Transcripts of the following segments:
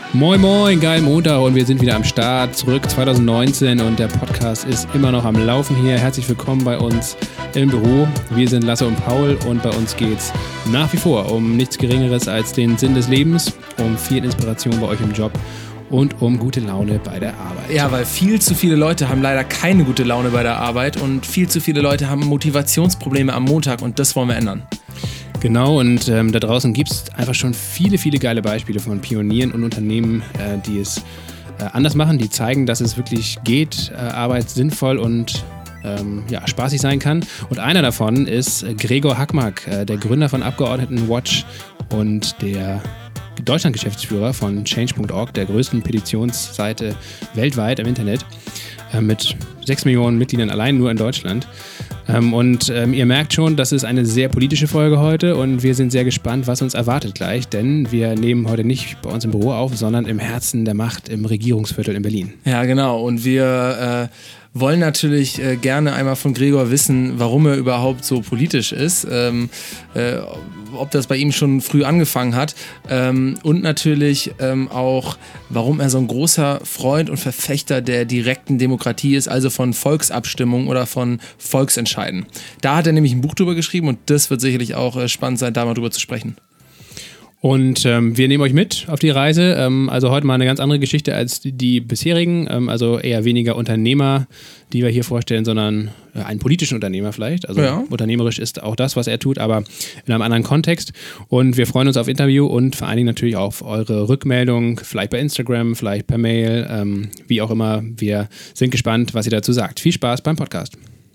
Moin Moin, geil Montag und wir sind wieder am Start, zurück 2019 und der Podcast ist immer noch am Laufen hier. Herzlich willkommen bei uns im Büro. Wir sind Lasse und Paul und bei uns geht's nach wie vor um nichts Geringeres als den Sinn des Lebens, um viel Inspiration bei euch im Job und um gute Laune bei der Arbeit. Ja, weil viel zu viele Leute haben leider keine gute Laune bei der Arbeit und viel zu viele Leute haben Motivationsprobleme am Montag und das wollen wir ändern. Genau, und da draußen gibt es einfach schon viele geile Beispiele von Pionieren und Unternehmen, die es anders machen, die zeigen, dass es wirklich geht, Arbeit sinnvoll und spaßig sein kann. Und einer davon ist Gregor Hackmack, der Gründer von Abgeordnetenwatch und der Deutschland-Geschäftsführer von Change.org, der größten Petitionsseite weltweit im Internet, mit 6 Millionen Mitgliedern allein nur in Deutschland. Ihr merkt schon, das ist eine sehr politische Folge heute und wir sind sehr gespannt, was uns erwartet gleich, denn wir nehmen heute nicht bei uns im Büro auf, sondern im Herzen der Macht im Regierungsviertel in Berlin. Ja, genau. Und wir wollen natürlich gerne einmal von Gregor wissen, warum er überhaupt so politisch ist, ob das bei ihm schon früh angefangen hat und natürlich auch, warum er so ein großer Freund und Verfechter der direkten Demokratie ist, also von Volksabstimmungen oder von Volksentscheiden. Da hat er nämlich ein Buch drüber geschrieben und das wird sicherlich auch spannend sein, da mal drüber zu sprechen. Und wir nehmen euch mit auf die Reise. Also heute mal eine ganz andere Geschichte als die bisherigen. Also eher weniger Unternehmer, die wir hier vorstellen, sondern einen politischen Unternehmer vielleicht. Also Unternehmerisch ist auch das, was er tut, aber in einem anderen Kontext. Und wir freuen uns auf Interview und vor allen Dingen natürlich auf eure Rückmeldung, vielleicht bei Instagram, vielleicht per Mail, wie auch immer. Wir sind gespannt, was ihr dazu sagt. Viel Spaß beim Podcast.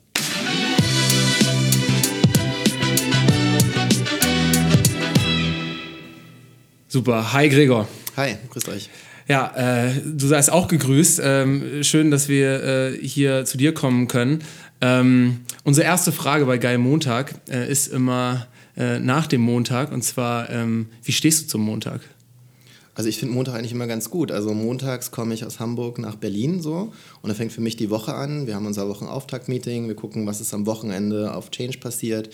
Super. Hi Gregor. Hi, grüßt euch. Ja, du seist auch gegrüßt. Schön, dass wir hier zu dir kommen können. Unsere erste Frage bei Geil Montag ist immer nach dem Montag. Und zwar, wie stehst du zum Montag? Also ich finde Montag eigentlich immer ganz gut. Also montags komme ich aus Hamburg nach Berlin so und da fängt für mich die Woche an. Wir haben unser Wochenauftaktmeeting, wir gucken, was ist am Wochenende auf Change passiert,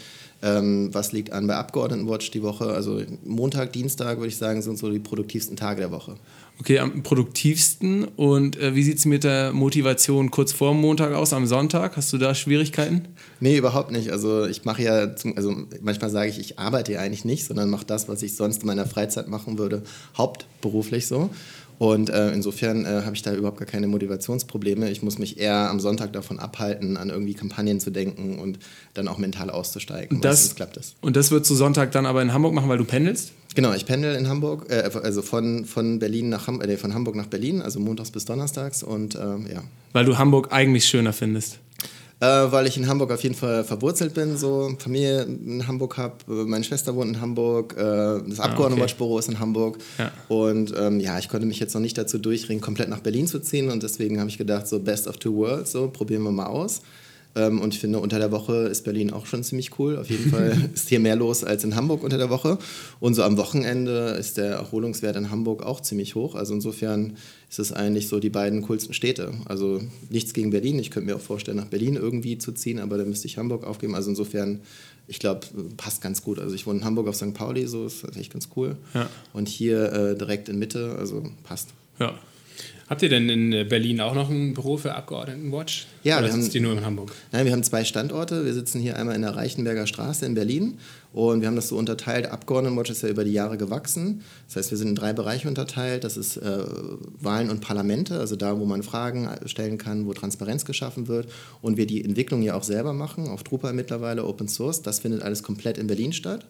was liegt an bei Abgeordnetenwatch die Woche. Also Montag, Dienstag würde ich sagen, sind so die produktivsten Tage der Woche. Okay, am produktivsten. Und wie sieht es mit der Motivation kurz vor dem Montag aus, am Sonntag? Hast du da Schwierigkeiten? Nee, überhaupt nicht. Also ich mache ja, manchmal sage ich arbeite ja eigentlich nicht, sondern mache das, was ich sonst in meiner Freizeit machen würde, hauptberuflich so. Und insofern habe ich da überhaupt gar keine Motivationsprobleme. Ich muss mich eher am Sonntag davon abhalten, an irgendwie Kampagnen zu denken und dann auch mental auszusteigen. Und das klappt das. Und das würdest du Sonntag dann aber in Hamburg machen, weil du pendelst? Genau, ich pendel in Hamburg, also von Berlin nach von Hamburg nach Berlin, also montags bis donnerstags und ja. Weil du Hamburg eigentlich schöner findest? Weil ich in Hamburg auf jeden Fall verwurzelt bin, so Familie in Hamburg habe, meine Schwester wohnt in Hamburg, das Abgeordnetenwatchbüro ist in Hamburg und ich konnte mich jetzt noch nicht dazu durchringen, komplett nach Berlin zu ziehen und deswegen habe ich gedacht, so best of two worlds, so probieren wir mal aus. Und ich finde, unter der Woche ist Berlin auch schon ziemlich cool. Auf jeden Fall ist hier mehr los als in Hamburg unter der Woche. Und so am Wochenende ist der Erholungswert in Hamburg auch ziemlich hoch. Also insofern ist es eigentlich so die beiden coolsten Städte. Also nichts gegen Berlin. Ich könnte mir auch vorstellen, nach Berlin irgendwie zu ziehen, aber dann müsste ich Hamburg aufgeben. Also insofern, ich glaube, passt ganz gut. Also ich wohne in Hamburg auf St. Pauli, so ist das echt ganz cool. Ja. Und hier direkt in Mitte, also passt. Ja. Habt ihr denn in Berlin auch noch ein Büro für Abgeordnetenwatch? Ja, oder sitzt ihr nur in Hamburg? Nein, wir haben 2 Standorte. Wir sitzen hier einmal in der Reichenberger Straße in Berlin und wir haben das so unterteilt. Abgeordnetenwatch ist ja über die Jahre gewachsen. Das heißt, wir sind in 3 Bereiche unterteilt. Das ist Wahlen und Parlamente, also da, wo man Fragen stellen kann, wo Transparenz geschaffen wird und wir die Entwicklung ja auch selber machen, auf Drupal mittlerweile, Open Source. Das findet alles komplett in Berlin statt.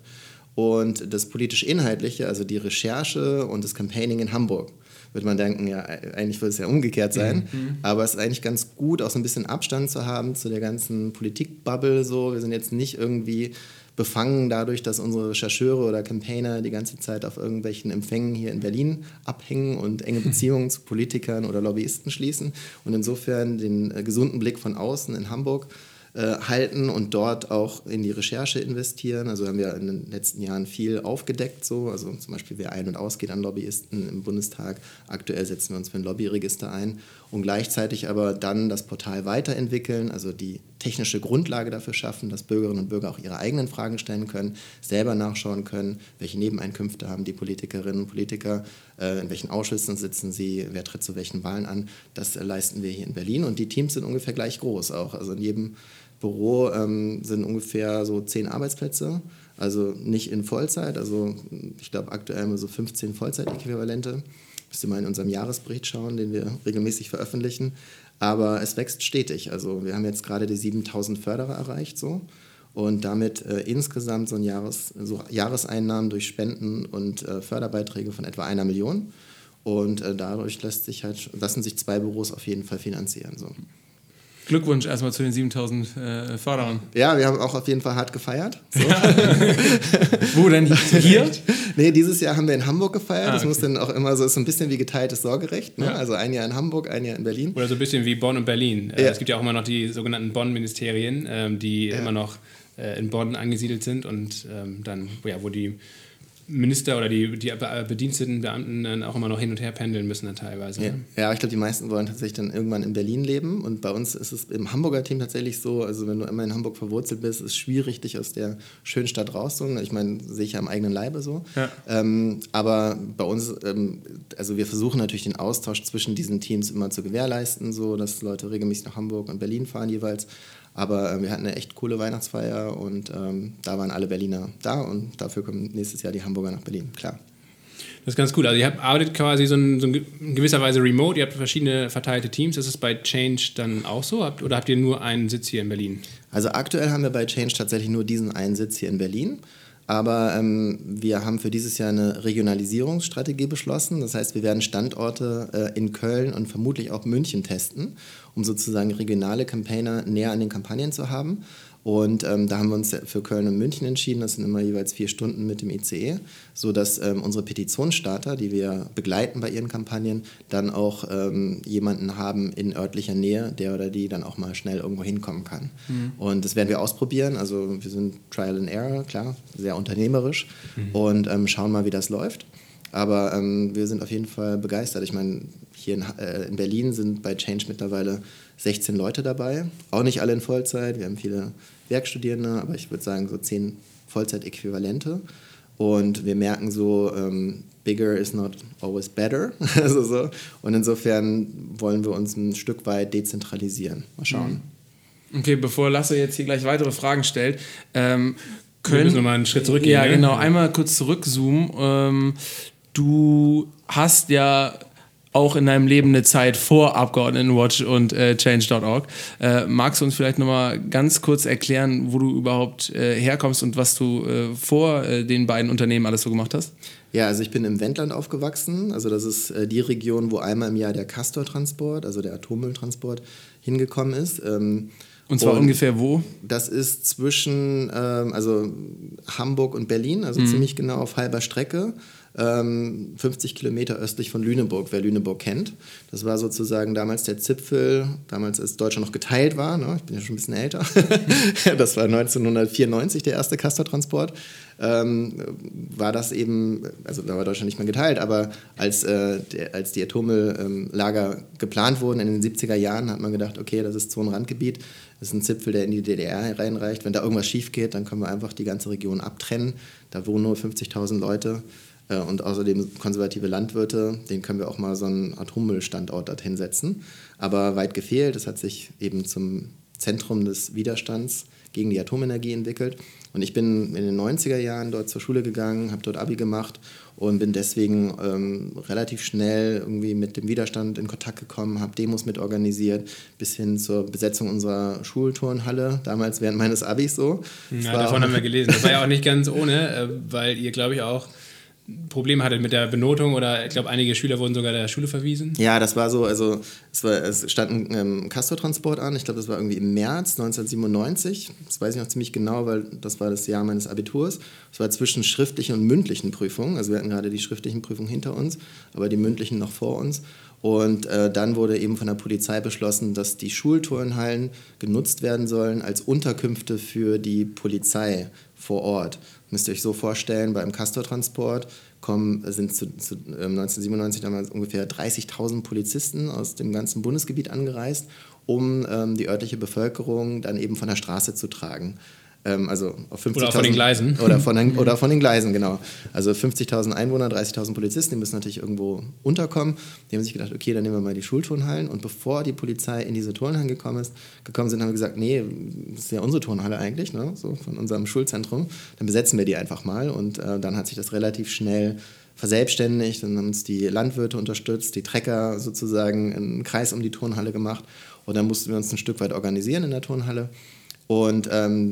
Und das politisch-inhaltliche, also die Recherche und das Campaigning in Hamburg. Würde man denken, ja, eigentlich würde es ja umgekehrt sein. Aber es ist eigentlich ganz gut, auch so ein bisschen Abstand zu haben zu der ganzen Politik-Bubble. So. Wir sind jetzt nicht irgendwie befangen dadurch, dass unsere Rechercheure oder Campaigner die ganze Zeit auf irgendwelchen Empfängen hier in Berlin abhängen und enge Beziehungen zu Politikern oder Lobbyisten schließen. Und insofern den gesunden Blick von außen in Hamburg halten und dort auch in die Recherche investieren. Also haben wir in den letzten Jahren viel aufgedeckt, so. Also zum Beispiel wer ein- und ausgeht an Lobbyisten im Bundestag. Aktuell setzen wir uns für ein Lobbyregister ein und gleichzeitig aber dann das Portal weiterentwickeln, also die technische Grundlage dafür schaffen, dass Bürgerinnen und Bürger auch ihre eigenen Fragen stellen können, selber nachschauen können, welche Nebeneinkünfte haben die Politikerinnen und Politiker, in welchen Ausschüssen sitzen sie, wer tritt zu welchen Wahlen an. Das leisten wir hier in Berlin und die Teams sind ungefähr gleich groß auch. Also in jedem Büro sind ungefähr so 10 Arbeitsplätze, also nicht in Vollzeit, also ich glaube aktuell haben wir so 15 Vollzeitäquivalente. Müsst ihr mal in unserem Jahresbericht schauen, den wir regelmäßig veröffentlichen. Aber es wächst stetig. Also wir haben jetzt gerade die 7.000 Förderer erreicht so und damit insgesamt so Jahreseinnahmen durch Spenden und Förderbeiträge von etwa 1 Million. Und dadurch lassen sich 2 Büros auf jeden Fall finanzieren. So. Glückwunsch erstmal zu den 7.000 Förderern. Ja, wir haben auch auf jeden Fall hart gefeiert. So. Wo denn? Hier? Nee, dieses Jahr haben wir in Hamburg gefeiert. Das okay. muss dann auch immer so, ist so ein bisschen wie geteiltes Sorgerecht. Ne? Ja. Also ein Jahr in Hamburg, ein Jahr in Berlin. Oder so ein bisschen wie Bonn und Berlin. Ja. Es gibt ja auch immer noch die sogenannten Bonn-Ministerien, die immer noch in Bonn angesiedelt sind und dann, wo die Minister oder die bediensteten Beamten dann auch immer noch hin und her pendeln müssen dann teilweise. Ja, Ne? ja, ich glaube, die meisten wollen tatsächlich dann irgendwann in Berlin leben und bei uns ist es im Hamburger Team tatsächlich so, also wenn du immer in Hamburg verwurzelt bist, ist es schwierig, dich aus der schönen Stadt rauszuholen. Ich meine, sehe ich ja am eigenen Leibe so. Ja. Aber bei uns, also wir versuchen natürlich den Austausch zwischen diesen Teams immer zu gewährleisten, so dass Leute regelmäßig nach Hamburg und Berlin fahren jeweils. Aber wir hatten eine echt coole Weihnachtsfeier und da waren alle Berliner da und dafür kommen nächstes Jahr die Hamburger nach Berlin, klar. Das ist ganz cool. Also ihr arbeitet quasi so in gewisser Weise remote, ihr habt verschiedene verteilte Teams. Ist es bei Change dann auch so? Oder habt ihr nur einen Sitz hier in Berlin? Also aktuell haben wir bei Change tatsächlich nur diesen einen Sitz hier in Berlin. Aber wir haben für dieses Jahr eine Regionalisierungsstrategie beschlossen. Das heißt, wir werden Standorte in Köln und vermutlich auch München testen, um sozusagen regionale Campaigner näher an den Kampagnen zu haben. Und da haben wir uns für Köln und München entschieden. Das sind immer jeweils 4 Stunden mit dem ICE, sodass unsere Petitionsstarter, die wir begleiten bei ihren Kampagnen, dann auch jemanden haben in örtlicher Nähe, der oder die dann auch mal schnell irgendwo hinkommen kann. Mhm. Und das werden wir ausprobieren. Also wir sind Trial and Error, klar, sehr unternehmerisch und schauen mal, wie das läuft. Aber wir sind auf jeden Fall begeistert. Ich meine, hier in Berlin sind bei Change mittlerweile 16 Leute dabei. Auch nicht alle in Vollzeit. Wir haben viele Werkstudierende, aber ich würde sagen so 10 Vollzeitäquivalente. Und wir merken so, bigger is not always better. Also so. Und insofern wollen wir uns ein Stück weit dezentralisieren. Mal schauen. Okay, bevor Lasse jetzt hier gleich weitere Fragen stellt, wir müssen nochmal einen Schritt zurückgehen. Ja, ne? genau. Einmal kurz zurückzoomen. Du hast ja auch in deinem Leben eine Zeit vor Abgeordnetenwatch und Change.org. Magst du uns vielleicht nochmal ganz kurz erklären, wo du überhaupt herkommst und was du vor den beiden Unternehmen alles so gemacht hast? Ja, also ich bin im Wendland aufgewachsen. Also das ist die Region, wo einmal im Jahr der Castor-Transport, also der Atommülltransport, hingekommen ist. Und zwar ungefähr wo? Das ist zwischen Hamburg und Berlin, also ziemlich genau auf halber Strecke. 50 Kilometer östlich von Lüneburg, wer Lüneburg kennt. Das war sozusagen damals der Zipfel, damals als Deutschland noch geteilt war, ne? Ich bin ja schon ein bisschen älter. Das war 1994 der erste Castor-Transport. War das eben, also da war Deutschland nicht mehr geteilt, aber als die Atommülllager geplant wurden in den 70er Jahren, hat man gedacht, okay, das ist Zonenrandgebiet, das ist ein Zipfel, der in die DDR reinreicht. Wenn da irgendwas schief geht, dann können wir einfach die ganze Region abtrennen. Da wohnen nur 50.000 Leute. Und außerdem konservative Landwirte, denen können wir auch mal so einen Atommüllstandort dorthin setzen. Aber weit gefehlt, das hat sich eben zum Zentrum des Widerstands gegen die Atomenergie entwickelt. Und ich bin in den 90er Jahren dort zur Schule gegangen, habe dort Abi gemacht und bin deswegen relativ schnell irgendwie mit dem Widerstand in Kontakt gekommen, habe Demos mitorganisiert, bis hin zur Besetzung unserer Schulturnhalle, damals während meines Abis so. Ja, davon haben wir gelesen. Das war ja auch nicht ganz ohne, weil ihr, glaube ich, auch Probleme hattet mit der Benotung oder ich glaube, einige Schüler wurden sogar der Schule verwiesen. Ja, das war so, also es stand ein Castortransport an, ich glaube, das war irgendwie im März 1997, das weiß ich noch ziemlich genau, weil das war das Jahr meines Abiturs. Es war zwischen schriftlichen und mündlichen Prüfungen, also wir hatten gerade die schriftlichen Prüfungen hinter uns, aber die mündlichen noch vor uns. Und dann wurde eben von der Polizei beschlossen, dass die Schulturnhallen genutzt werden sollen als Unterkünfte für die Polizei vor Ort. Müsst ihr euch so vorstellen, beim Castortransport sind zu 1997 damals ungefähr 30.000 Polizisten aus dem ganzen Bundesgebiet angereist, um die örtliche Bevölkerung dann eben von der Straße zu tragen. Also auf 50.000 oder von den Gleisen. Oder von den Gleisen, genau. Also 50.000 Einwohner, 30.000 Polizisten, die müssen natürlich irgendwo unterkommen. Die haben sich gedacht, okay, dann nehmen wir mal die Schulturnhallen. Und bevor die Polizei in diese Turnhallen gekommen sind, haben wir gesagt, nee, das ist ja unsere Turnhalle eigentlich, ne? So von unserem Schulzentrum. Dann besetzen wir die einfach mal. Und dann hat sich das relativ schnell verselbstständigt. Dann haben uns die Landwirte unterstützt, die Trecker sozusagen einen Kreis um die Turnhalle gemacht. Und dann mussten wir uns ein Stück weit organisieren in der Turnhalle. Und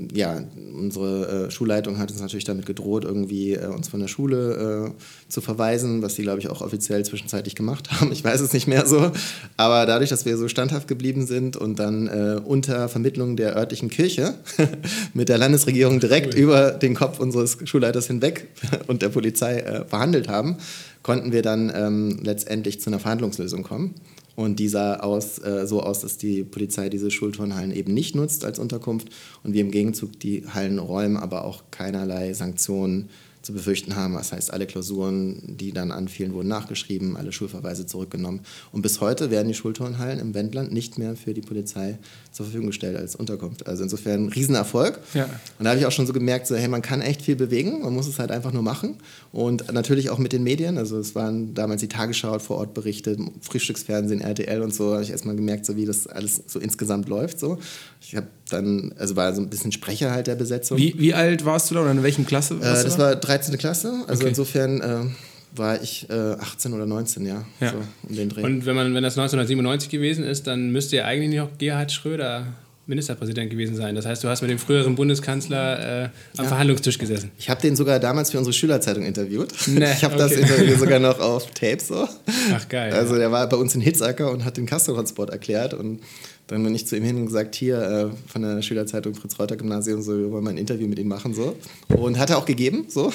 unsere Schulleitung hat uns natürlich damit gedroht, irgendwie uns von der Schule zu verweisen, was sie, glaube ich, auch offiziell zwischenzeitlich gemacht haben. Ich weiß es nicht mehr so. Aber dadurch, dass wir so standhaft geblieben sind und dann unter Vermittlung der örtlichen Kirche mit der Landesregierung direkt über den Kopf unseres Schulleiters hinweg und der Polizei verhandelt haben, konnten wir dann letztendlich zu einer Verhandlungslösung kommen. Und die sah so aus, dass die Polizei diese Schulturnhallen eben nicht nutzt als Unterkunft und wir im Gegenzug die Hallen räumen, aber auch keinerlei Sanktionen zu befürchten haben. Das heißt, alle Klausuren, die dann anfielen, wurden nachgeschrieben, alle Schulverweise zurückgenommen. Und bis heute werden die Schulturnhallen im Wendland nicht mehr für die Polizei zur Verfügung gestellt als Unterkunft. Also insofern ein Riesenerfolg. Ja. Und da habe ich auch schon so gemerkt, so, hey, man kann echt viel bewegen, man muss es halt einfach nur machen. Und natürlich auch mit den Medien. Also es waren damals die Tagesschau, vor Ort Berichte, Frühstücksfernsehen, RTL und so. Da habe ich erstmal gemerkt, so wie das alles so insgesamt läuft. So. Ich habe dann, also war so ein bisschen Sprecher halt der Besetzung. Wie alt warst du da oder in welchen Klasse warst du da? Das war 13. Klasse, also okay. Insofern war ich 18 oder 19, ja. So um den Dreh. Und wenn das 1997 gewesen ist, dann müsste ja eigentlich noch Gerhard Schröder Ministerpräsident gewesen sein. Das heißt, du hast mit dem früheren Bundeskanzler am Verhandlungstisch gesessen. Ich habe den sogar damals für unsere Schülerzeitung interviewt. Nee, ich habe das Interview sogar noch auf Tape so. Ach geil. Also der war bei uns in Hitzacker und hat den Castortransport erklärt und dann bin ich zu ihm hin und gesagt, hier von der Schülerzeitung Fritz-Reuter-Gymnasium, so, wir wollen mal ein Interview mit ihm machen. So. Und hat er auch gegeben. So.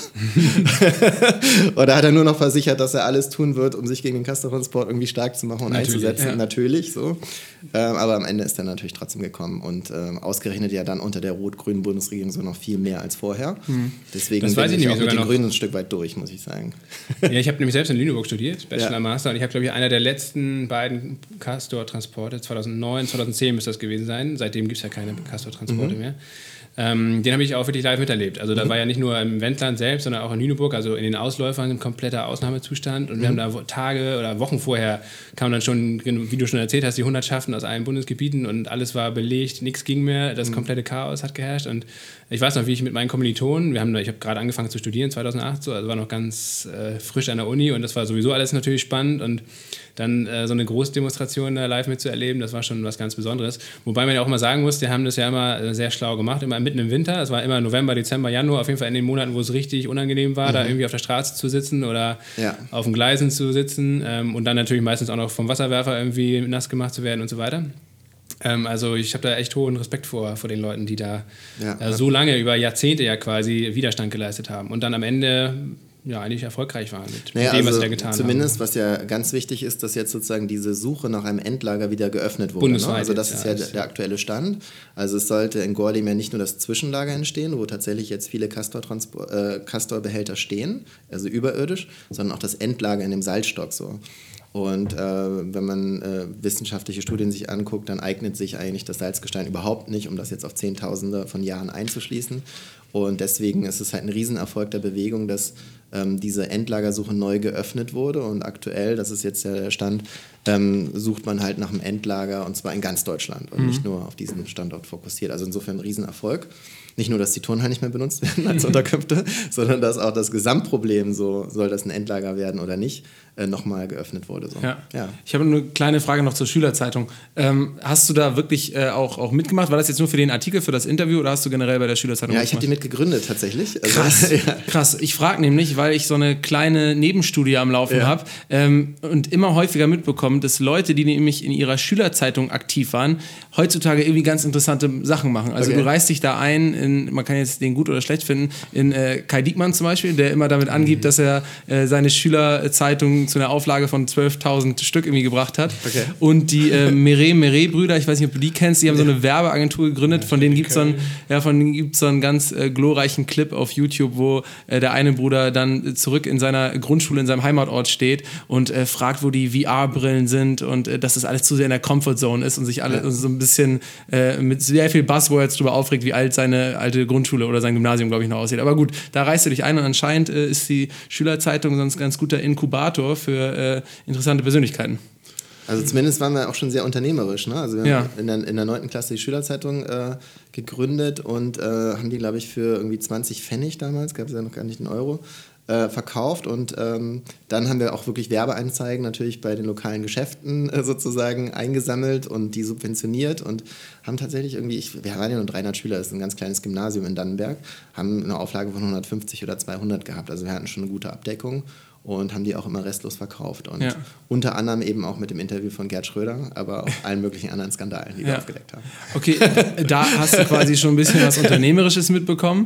Oder hat er nur noch versichert, dass er alles tun wird, um sich gegen den Castortransport irgendwie stark zu machen und einzusetzen. Ja. Natürlich. So. Aber am Ende ist er natürlich trotzdem gekommen. Und ausgerechnet ja dann unter der rot-grünen Bundesregierung so noch viel mehr als vorher. Deswegen bin ich auch mit den Grünen ein Stück weit durch, muss ich sagen. Ja, ich habe nämlich selbst in Lüneburg studiert, Bachelor, Master. Und ich habe, glaube ich, einer der letzten beiden Castor-Transporte, 2009, 2010 müsste das gewesen sein. Seitdem gibt es ja keine Castor-Transporte mehr. Den habe ich auch wirklich live miterlebt. Also da war ja nicht nur im Wendland selbst, sondern auch in Lüneburg, also in den Ausläufern ein kompletter Ausnahmezustand. Und wir haben da Tage oder Wochen vorher, kamen dann schon, wie du schon erzählt hast, die Hundertschaften aus allen Bundesgebieten und alles war belegt, nichts ging mehr, das komplette Chaos hat geherrscht. Und ich weiß noch, wie ich mit meinen Kommilitonen, ich habe gerade angefangen zu studieren, 2008, so, also war noch ganz frisch an der Uni und das war sowieso alles natürlich spannend und dann so eine Großdemonstration da live mitzuerleben, das war schon was ganz Besonderes. Wobei man ja auch mal sagen muss, die haben das ja immer sehr schlau gemacht, immer mitten im Winter. Es war immer November, Dezember, Januar, auf jeden Fall in den Monaten, wo es richtig unangenehm war, da irgendwie auf der Straße zu sitzen oder auf den Gleisen zu sitzen und dann natürlich meistens auch noch vom Wasserwerfer irgendwie nass gemacht zu werden und so weiter. Also ich habe da echt hohen Respekt vor den Leuten, die da so lange, über Jahrzehnte ja quasi Widerstand geleistet haben und dann am Ende eigentlich erfolgreich waren mit dem, was sie da getan haben. Zumindest, was ja ganz wichtig ist, dass jetzt sozusagen diese Suche nach einem Endlager wieder geöffnet wurde. Bundesweit. Ne? Also das ist ja der aktuelle Stand. Also es sollte in Gorleben ja nicht nur das Zwischenlager entstehen, wo tatsächlich jetzt viele Castor-Behälter stehen, also überirdisch, sondern auch das Endlager in dem Salzstock so. Und wenn man wissenschaftliche Studien sich anguckt, dann eignet sich eigentlich das Salzgestein überhaupt nicht, um das jetzt auf Zehntausende von Jahren einzuschließen. Und deswegen ist es halt ein Riesenerfolg der Bewegung, dass diese Endlagersuche neu geöffnet wurde. Und aktuell, das ist jetzt ja der Stand, sucht man halt nach einem Endlager und zwar in ganz Deutschland und nicht nur auf diesen Standort fokussiert. Also insofern ein Riesenerfolg. nicht nur, dass die Turnhallen nicht mehr benutzt werden als Unterkünfte, sondern dass auch das Gesamtproblem, so soll das ein Endlager werden oder nicht, nochmal geöffnet wurde. So. Ja. Ich habe eine kleine Frage noch zur Schülerzeitung. Hast du da wirklich auch mitgemacht? War das jetzt nur für den Artikel, für das Interview oder hast du generell bei der Schülerzeitung mitgemacht? Ja, ich habe die mitgegründet tatsächlich. Also, krass. Ich frage nämlich, weil ich so eine kleine Nebenstudie am Laufen habe und immer häufiger mitbekomme, dass Leute, die nämlich in ihrer Schülerzeitung aktiv waren, heutzutage irgendwie ganz interessante Sachen machen. Also du reißt dich da ein, man kann jetzt den gut oder schlecht finden, in Kai Diekmann zum Beispiel, der immer damit angibt, dass er seine Schülerzeitung zu einer Auflage von 12.000 Stück irgendwie gebracht hat. Okay. Und die Meret-Brüder, ich weiß nicht, ob du die kennst, die haben so eine Werbeagentur gegründet, von denen gibt es so einen ganz glorreichen Clip auf YouTube, wo der eine Bruder dann zurück in seiner Grundschule, in seinem Heimatort steht und fragt, wo die VR-Brillen sind und dass das alles zu sehr in der Comfortzone ist und sich alle so ein bisschen mit sehr viel Buzzwords darüber aufregt, wie alt seine alte Grundschule oder sein Gymnasium, glaube ich, noch aussieht. Aber gut, da reißt du dich ein und anscheinend ist die Schülerzeitung sonst ein ganz guter Inkubator für interessante Persönlichkeiten. Also zumindest waren wir auch schon sehr unternehmerisch. Ne? Also wir haben in der 9. Klasse die Schülerzeitung gegründet und haben die, glaube ich, für irgendwie 20 Pfennig damals, gab es ja noch gar nicht einen Euro, verkauft und dann haben wir auch wirklich Werbeanzeigen natürlich bei den lokalen Geschäften sozusagen eingesammelt und die subventioniert und haben tatsächlich irgendwie, wir waren ja nur 300 Schüler, das ist ein ganz kleines Gymnasium in Dannenberg, haben eine Auflage von 150 oder 200 gehabt, also wir hatten schon eine gute Abdeckung und haben die auch immer restlos verkauft und unter anderem eben auch mit dem Interview von Gerd Schröder, aber auch allen möglichen anderen Skandalen, die wir aufgedeckt haben. Okay, da hast du quasi schon ein bisschen was Unternehmerisches mitbekommen.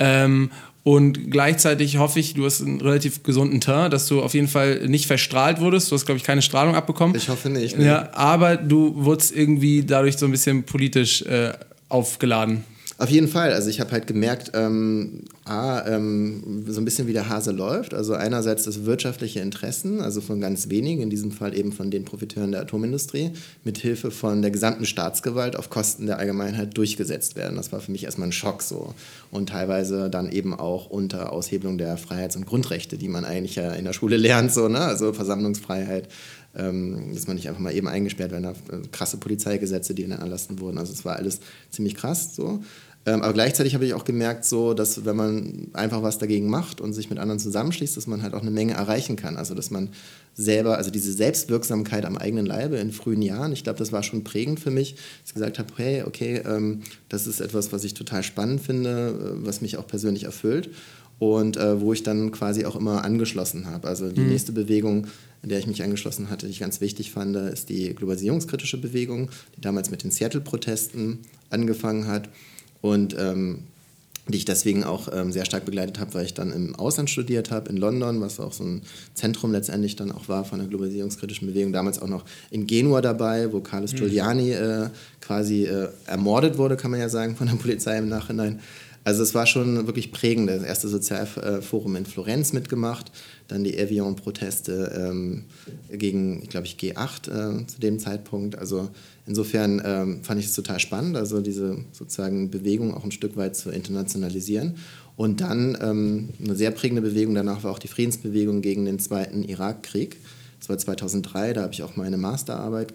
Und gleichzeitig hoffe ich, du hast einen relativ gesunden Teint, dass du auf jeden Fall nicht verstrahlt wurdest. Du hast, glaube ich, keine Strahlung abbekommen. Ich hoffe nicht. Ne? Ja, aber du wurdest irgendwie dadurch so ein bisschen politisch aufgeladen. Auf jeden Fall. Also ich habe halt gemerkt, so ein bisschen wie der Hase läuft. Also einerseits das wirtschaftliche Interessen, also von ganz wenigen, in diesem Fall eben von den Profiteuren der Atomindustrie, mithilfe von der gesamten Staatsgewalt auf Kosten der Allgemeinheit durchgesetzt werden. Das war für mich erstmal ein Schock so. Und teilweise dann eben auch unter Aushebelung der Freiheits- und Grundrechte, die man eigentlich ja in der Schule lernt, so, ne? Also Versammlungsfreiheit, dass man nicht einfach mal eben eingesperrt werden darf, krasse Polizeigesetze, die dann erlassen wurden. Also es war alles ziemlich krass so. Aber gleichzeitig habe ich auch gemerkt, so, dass wenn man einfach was dagegen macht und sich mit anderen zusammenschließt, dass man halt auch eine Menge erreichen kann. Also dass man selber, also diese Selbstwirksamkeit am eigenen Leibe in frühen Jahren, ich glaube, das war schon prägend für mich, dass ich gesagt habe, hey, okay, das ist etwas, was ich total spannend finde, was mich auch persönlich erfüllt und wo ich dann quasi auch immer angeschlossen habe. Also die nächste Bewegung, in der ich mich angeschlossen hatte, die ich ganz wichtig fand, ist die globalisierungskritische Bewegung, die damals mit den Seattle-Protesten angefangen hat. Und die ich deswegen auch sehr stark begleitet habe, weil ich dann im Ausland studiert habe, in London, was auch so ein Zentrum letztendlich dann auch war von der globalisierungskritischen Bewegung. Damals auch noch in Genua dabei, wo Carlos Giuliani quasi ermordet wurde, kann man ja sagen, von der Polizei im Nachhinein. Also es war schon wirklich prägend. Das erste Sozialforum in Florenz mitgemacht, dann die Evian-Proteste gegen, glaube ich, G8 zu dem Zeitpunkt. Also insofern fand ich es total spannend, also diese sozusagen Bewegung auch ein Stück weit zu internationalisieren. Und dann eine sehr prägende Bewegung danach war auch die Friedensbewegung gegen den Zweiten Irakkrieg. Das war 2003, da habe ich auch meine Masterarbeit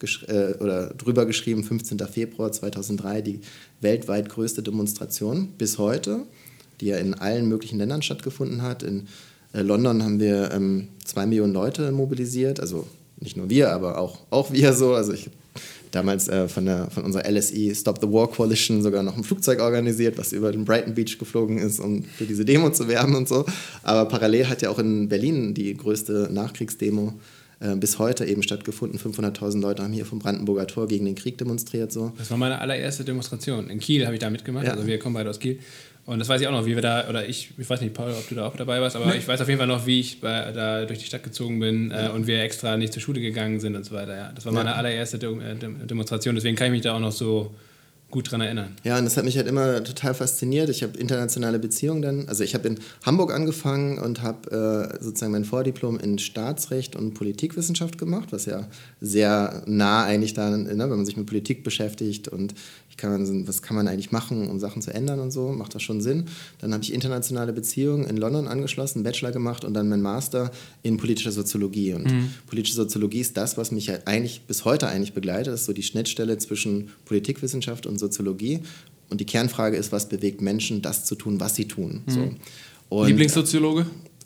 drüber geschrieben, 15. Februar 2003, die weltweit größte Demonstration bis heute, die ja in allen möglichen Ländern stattgefunden hat. In London haben wir 2 Millionen Leute mobilisiert, also nicht nur wir, aber auch wir so. Also ich habe damals von unserer LSI Stop the War Coalition sogar noch ein Flugzeug organisiert, was über den Brighton Beach geflogen ist, um für diese Demo zu werben und so. Aber parallel hat ja auch in Berlin die größte Nachkriegsdemo bis heute eben stattgefunden. 500.000 Leute haben hier vom Brandenburger Tor gegen den Krieg demonstriert. So. Das war meine allererste Demonstration. In Kiel habe ich da mitgemacht, also wir kommen beide aus Kiel. Und das weiß ich auch noch, wie wir da, oder ich weiß nicht, Paul, ob du da auch dabei warst, aber ich weiß auf jeden Fall noch, wie ich da durch die Stadt gezogen bin und wir extra nicht zur Schule gegangen sind und so weiter. Ja. Das war meine allererste Demonstration, deswegen kann ich mich da auch noch so gut dran erinnern. Ja, und das hat mich halt immer total fasziniert. Ich habe internationale Beziehungen dann, also ich habe in Hamburg angefangen und habe sozusagen mein Vordiplom in Staatsrecht und Politikwissenschaft gemacht, was ja sehr nah eigentlich dann, ne, wenn man sich mit Politik beschäftigt und was kann man eigentlich machen, um Sachen zu ändern und so, macht das schon Sinn. Dann habe ich internationale Beziehungen in London angeschlossen, Bachelor gemacht und dann mein Master in politischer Soziologie. Und politische Soziologie ist das, was mich ja eigentlich bis heute eigentlich begleitet, das ist so die Schnittstelle zwischen Politikwissenschaft und Soziologie. Und die Kernfrage ist, was bewegt Menschen, das zu tun, was sie tun. So. Und, Lieblingssoziologe?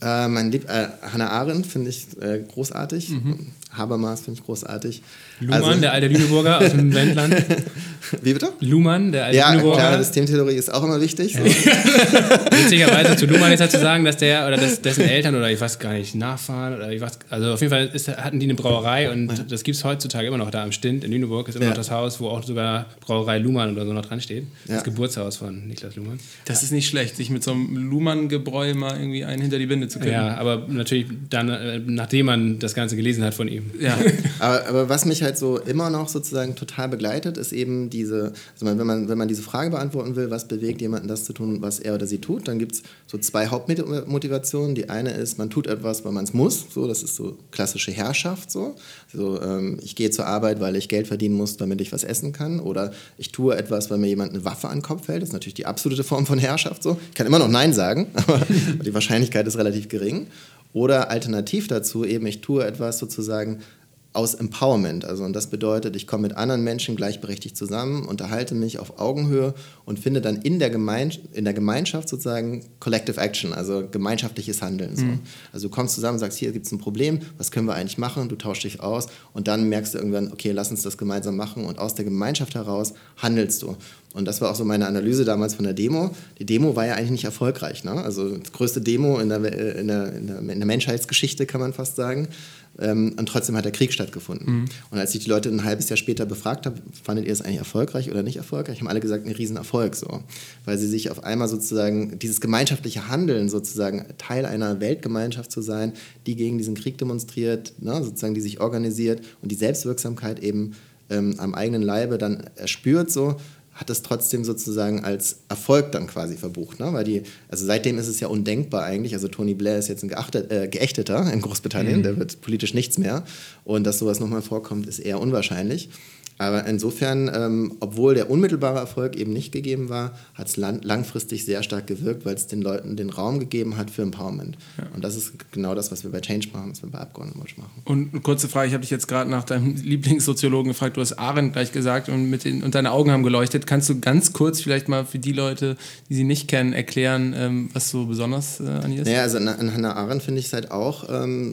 Hannah Arendt finde ich großartig. Habermas finde ich großartig. Luhmann, der alte Lüneburger aus dem Wendland. Wie bitte? Luhmann, der alte Lüneburger. Ja, klar, Systemtheorie ist auch immer wichtig. So. Witzigerweise zu Luhmann ist halt zu sagen, dass der oder dessen Eltern oder ich weiß gar nicht, Nachfahren oder ich weiß, also auf jeden Fall hatten die eine Brauerei und das gibt es heutzutage immer noch da am Stint in Lüneburg, ist immer noch das Haus, wo auch sogar Brauerei Luhmann oder so noch dran steht. Das Geburtshaus von Niklas Luhmann. Das ist nicht schlecht, sich mit so einem Luhmann-Gebräu mal irgendwie einen hinter die Binde zu kriegen. Ja, aber natürlich dann, nachdem man das Ganze gelesen hat von ihm. Ja. aber was mich halt so immer noch sozusagen total begleitet, ist eben diese, also wenn man diese Frage beantworten will, was bewegt jemanden das zu tun, was er oder sie tut, dann gibt es so 2 Hauptmotivationen. Die eine ist, man tut etwas, weil man es muss, so, das ist so klassische Herrschaft, so. Ich gehe zur Arbeit, weil ich Geld verdienen muss, damit ich was essen kann, oder ich tue etwas, weil mir jemand eine Waffe an den Kopf hält, das ist natürlich die absolute Form von Herrschaft, so. Ich kann immer noch Nein sagen, aber die Wahrscheinlichkeit ist relativ gering. Oder alternativ dazu eben, ich tue etwas sozusagen aus Empowerment. Also, und das bedeutet, ich komme mit anderen Menschen gleichberechtigt zusammen, unterhalte mich auf Augenhöhe und finde dann in der Gemeinschaft sozusagen Collective Action, also gemeinschaftliches Handeln. So. Also du kommst zusammen und sagst, hier gibt es ein Problem, was können wir eigentlich machen? Du tauschst dich aus und dann merkst du irgendwann, okay, lass uns das gemeinsam machen und aus der Gemeinschaft heraus handelst du. Und das war auch so meine Analyse damals von der Demo. Die Demo war ja eigentlich nicht erfolgreich, ne? Also das größte Demo in der Menschheitsgeschichte, kann man fast sagen. Und trotzdem hat der Krieg stattgefunden. Und als ich die Leute ein halbes Jahr später befragt habe, fandet ihr es eigentlich erfolgreich oder nicht erfolgreich, haben alle gesagt, ein Riesenerfolg. So. Weil sie sich auf einmal sozusagen, dieses gemeinschaftliche Handeln, sozusagen Teil einer Weltgemeinschaft zu sein, die gegen diesen Krieg demonstriert, ne, sozusagen die sich organisiert und die Selbstwirksamkeit eben am eigenen Leibe dann erspürt, so, hat es trotzdem sozusagen als Erfolg dann quasi verbucht. Ne? Weil also seitdem ist es ja undenkbar eigentlich. Also Tony Blair ist jetzt ein Geächteter in Großbritannien, der wird politisch nichts mehr. Und dass sowas nochmal vorkommt, ist eher unwahrscheinlich. Aber insofern, obwohl der unmittelbare Erfolg eben nicht gegeben war, hat es langfristig sehr stark gewirkt, weil es den Leuten den Raum gegeben hat für Empowerment. Ja. Und das ist genau das, was wir bei Change machen, was wir bei Abgeordnetenwatch machen. Und eine kurze Frage, ich habe dich jetzt gerade nach deinem Lieblingssoziologen gefragt, du hast Arendt gleich gesagt und deine Augen haben geleuchtet. Kannst du ganz kurz vielleicht mal für die Leute, die sie nicht kennen, erklären, was so besonders an ihr ist? Naja, also an Hannah Arendt finde ich es halt auch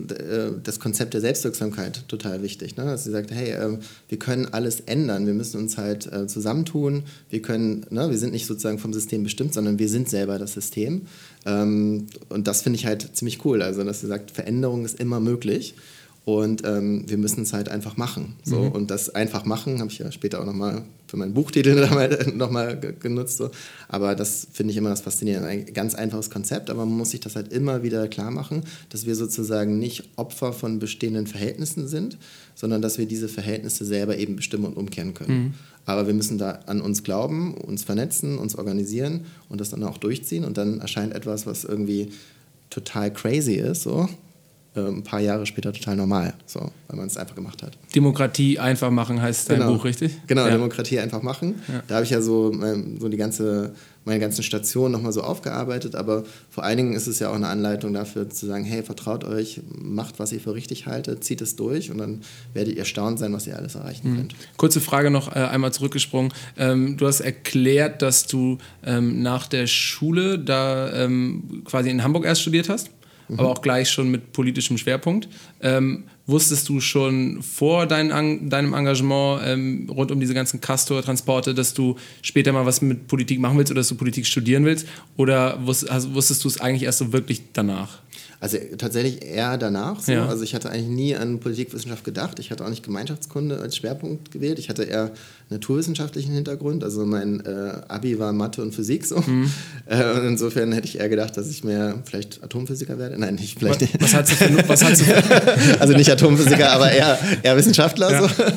das Konzept der Selbstwirksamkeit total wichtig. Ne? Dass sie sagt, hey, wir können alles ändern. Wir müssen uns halt zusammentun. Wir sind nicht sozusagen vom System bestimmt, sondern wir sind selber das System. Und das finde ich halt ziemlich cool. Also, dass sie sagt, Veränderung ist immer möglich. Und wir müssen es halt einfach machen. So. Und das einfach machen habe ich ja später auch nochmal für meinen Buchtitel nochmal genutzt. So. Aber das finde ich immer das Faszinierende. Ein ganz einfaches Konzept, aber man muss sich das halt immer wieder klar machen, dass wir sozusagen nicht Opfer von bestehenden Verhältnissen sind, sondern dass wir diese Verhältnisse selber eben bestimmen und umkehren können. Aber wir müssen da an uns glauben, uns vernetzen, uns organisieren und das dann auch durchziehen. Und dann erscheint etwas, was irgendwie total crazy ist, so. Ein paar Jahre später total normal, so, weil man es einfach gemacht hat. Demokratie einfach machen heißt dein Buch, richtig? Genau, ja. Demokratie einfach machen. Ja. Da habe ich ja so meine ganzen Stationen nochmal so aufgearbeitet, aber vor allen Dingen ist es ja auch eine Anleitung dafür zu sagen, hey, vertraut euch, macht, was ihr für richtig haltet, zieht es durch und dann werdet ihr erstaunt sein, was ihr alles erreichen könnt. Kurze Frage noch, einmal zurückgesprungen. Du hast erklärt, dass du nach der Schule da quasi in Hamburg erst studiert hast. Aber auch gleich schon mit politischem Schwerpunkt. Wusstest du schon vor deinem Engagement rund um diese ganzen Castor-Transporte, dass du später mal was mit Politik machen willst oder dass du Politik studieren willst? Oder wusstest du es eigentlich erst so wirklich danach? Also tatsächlich eher danach. So. Ja. Also ich hatte eigentlich nie an Politikwissenschaft gedacht. Ich hatte auch nicht Gemeinschaftskunde als Schwerpunkt gewählt. Ich hatte eher naturwissenschaftlichen Hintergrund. Also mein Abi war Mathe und Physik so. Und insofern hätte ich eher gedacht, dass ich mehr vielleicht Atomphysiker werde. Nein, nicht vielleicht nicht. Was hast du für Also nicht Atomphysiker, aber eher Wissenschaftler. Ja. So.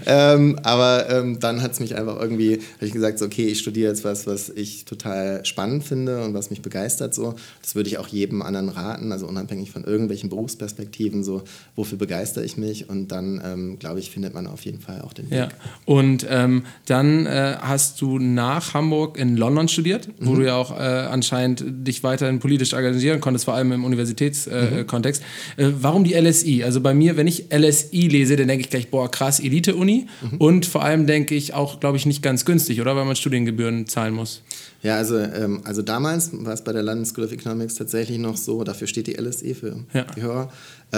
Aber dann hat es mich einfach irgendwie, habe ich gesagt, so, okay, ich studiere jetzt was ich total spannend finde und was mich begeistert. So. Das würde ich auch jedem anderen raten. Also also unabhängig von irgendwelchen Berufsperspektiven, so wofür begeistere ich mich und dann, glaube ich, findet man auf jeden Fall auch den Weg. Ja. Und dann hast du nach Hamburg in London studiert, wo du ja auch anscheinend dich weiterhin politisch engagieren konntest, vor allem im Universitätskontext. Warum die LSI? Also bei mir, wenn ich LSI lese, dann denke ich gleich, boah, krass, Elite-Uni und vor allem denke ich auch, glaube ich, nicht ganz günstig, oder? Weil man Studiengebühren zahlen muss. Ja, also damals war es bei der London School of Economics tatsächlich noch so, dafür steht die LSE für die Hörer,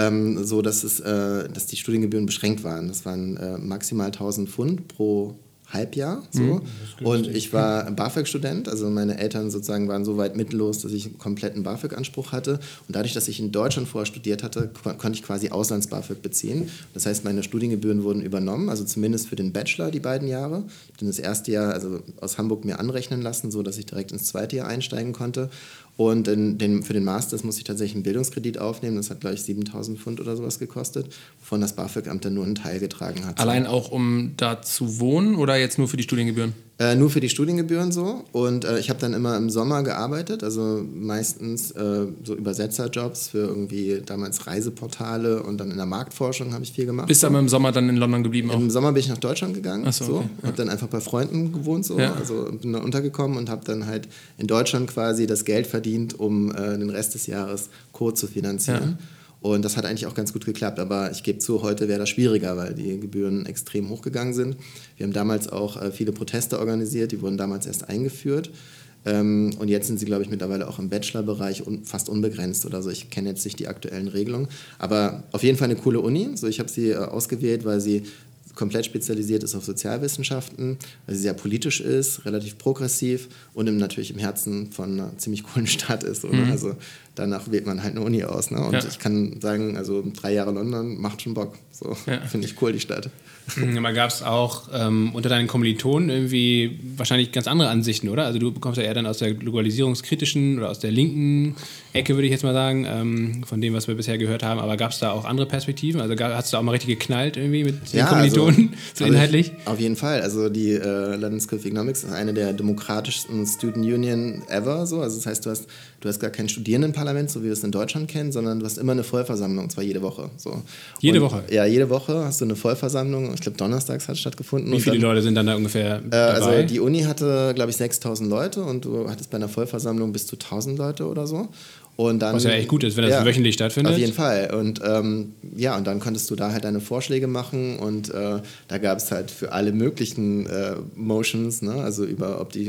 so dass die Studiengebühren beschränkt waren. Das waren maximal 1.000 Pfund pro Halbjahr. So. Und ich war BAföG-Student, also meine Eltern sozusagen waren so weit mittellos, dass ich einen kompletten BAföG-Anspruch hatte. Und dadurch, dass ich in Deutschland vorher studiert hatte, konnte ich quasi Auslands-BAföG beziehen. Das heißt, meine Studiengebühren wurden übernommen, also zumindest für den Bachelor die beiden Jahre. Ich habe dann das erste Jahr also aus Hamburg mir anrechnen lassen, so dass ich direkt ins zweite Jahr einsteigen konnte. Und für den Master musste ich tatsächlich einen Bildungskredit aufnehmen. Das hat, glaube ich, 7.000 Pfund oder sowas gekostet, wovon das BAföG-Amt dann nur einen Teil getragen hat. Allein auch, um da zu wohnen oder jetzt nur für die Studiengebühren? Nur für die Studiengebühren so. Und ich habe dann immer im Sommer gearbeitet, also meistens so Übersetzerjobs für irgendwie damals Reiseportale und dann in der Marktforschung habe ich viel gemacht. Bist du aber im Sommer dann in London geblieben auch? Im Sommer bin ich nach Deutschland gegangen. Ach so, okay, ja. Habe dann einfach bei Freunden gewohnt, so. Ja. Also bin da untergekommen und habe dann halt in Deutschland quasi das Geld verdient, um den Rest des Jahres Code zu finanzieren. Ja. Und das hat eigentlich auch ganz gut geklappt, aber ich gebe zu, heute wäre das schwieriger, weil die Gebühren extrem hochgegangen sind. Wir haben damals auch viele Proteste organisiert, die wurden damals erst eingeführt. Und jetzt sind sie, glaube ich, mittlerweile auch im Bachelorbereich fast unbegrenzt oder so. Ich kenne jetzt nicht die aktuellen Regelungen, aber auf jeden Fall eine coole Uni. So, ich habe sie ausgewählt, weil sie komplett spezialisiert ist auf Sozialwissenschaften, weil sie sehr politisch ist, relativ progressiv und natürlich im Herzen von einer ziemlich coolen Stadt ist. Oder? Also danach wählt man halt eine Uni aus. Ne? Und ich kann sagen, also 3 Jahre London macht schon Bock. So, finde ich cool, die Stadt. Aber gab es auch unter deinen Kommilitonen irgendwie wahrscheinlich ganz andere Ansichten, oder? Also du kommst ja eher dann aus der globalisierungskritischen oder aus der linken Ecke, würde ich jetzt mal sagen, von dem, was wir bisher gehört haben. Aber gab es da auch andere Perspektiven? Also hast du da auch mal richtig geknallt irgendwie mit den Kommilitonen, so inhaltlich? Auf jeden Fall. Also die London School of Economics ist eine der demokratischsten Student Union ever. So. Also das heißt, du hast gar kein Studierendenparlament, so wie wir es in Deutschland kennen, sondern du hast immer eine Vollversammlung, und zwar jede Woche. So. Jede Woche? Ja, jede Woche hast du eine Vollversammlung. Ich glaube, donnerstags hat es stattgefunden. Wie viele Leute sind dann da ungefähr dabei? Also die Uni hatte, glaube ich, 6.000 Leute und du hattest bei einer Vollversammlung bis zu 1.000 Leute oder so. Und dann, was ja echt gut ist, wenn das wöchentlich stattfindet. Auf jeden Fall. Und und dann konntest du da halt deine Vorschläge machen und da gab es halt für alle möglichen Motions, ne? Also ich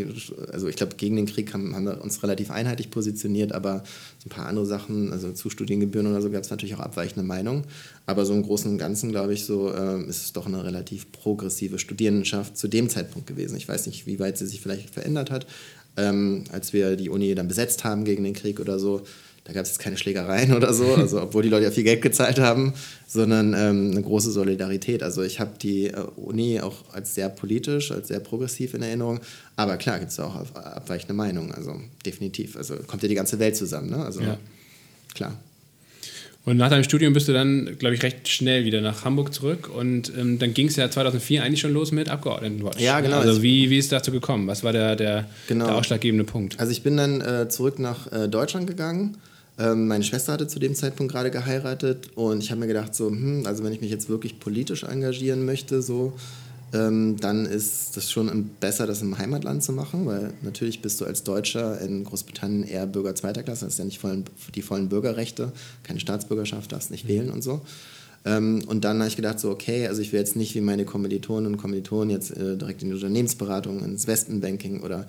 glaube, gegen den Krieg haben wir uns relativ einheitlich positioniert, aber so ein paar andere Sachen, also zu Studiengebühren oder so, gab es natürlich auch abweichende Meinungen. Aber so im Großen und Ganzen, glaube ich, so ist es doch eine relativ progressive Studierendenschaft zu dem Zeitpunkt gewesen. Ich weiß nicht, wie weit sie sich vielleicht verändert hat. Als wir die Uni dann besetzt haben gegen den Krieg oder so, da gab es jetzt keine Schlägereien oder so, also obwohl die Leute ja viel Geld gezahlt haben, sondern eine große Solidarität. Also ich habe die Uni auch als sehr politisch, als sehr progressiv in Erinnerung, aber klar gibt es auch abweichende Meinungen, also definitiv. Also kommt ja die ganze Welt zusammen, ne? Also klar. Und nach deinem Studium bist du dann, glaube ich, recht schnell wieder nach Hamburg zurück und dann ging es ja 2004 eigentlich schon los mit Abgeordnetenwatch. Ja, genau. Also wie ist es dazu gekommen? Was war der ausschlaggebende Punkt? Also ich bin dann zurück nach Deutschland gegangen. Meine Schwester hatte zu dem Zeitpunkt gerade geheiratet und ich habe mir gedacht, so, also wenn ich mich jetzt wirklich politisch engagieren möchte, so, dann ist das schon besser, das im Heimatland zu machen, weil natürlich bist du als Deutscher in Großbritannien eher Bürger zweiter Klasse, hast ja nicht die vollen Bürgerrechte, keine Staatsbürgerschaft, darfst nicht wählen und so. Und dann habe ich gedacht, so okay, also ich will jetzt nicht wie meine Kommilitonen und Kommilitonen jetzt direkt in die Unternehmensberatung, ins Investmentbanking oder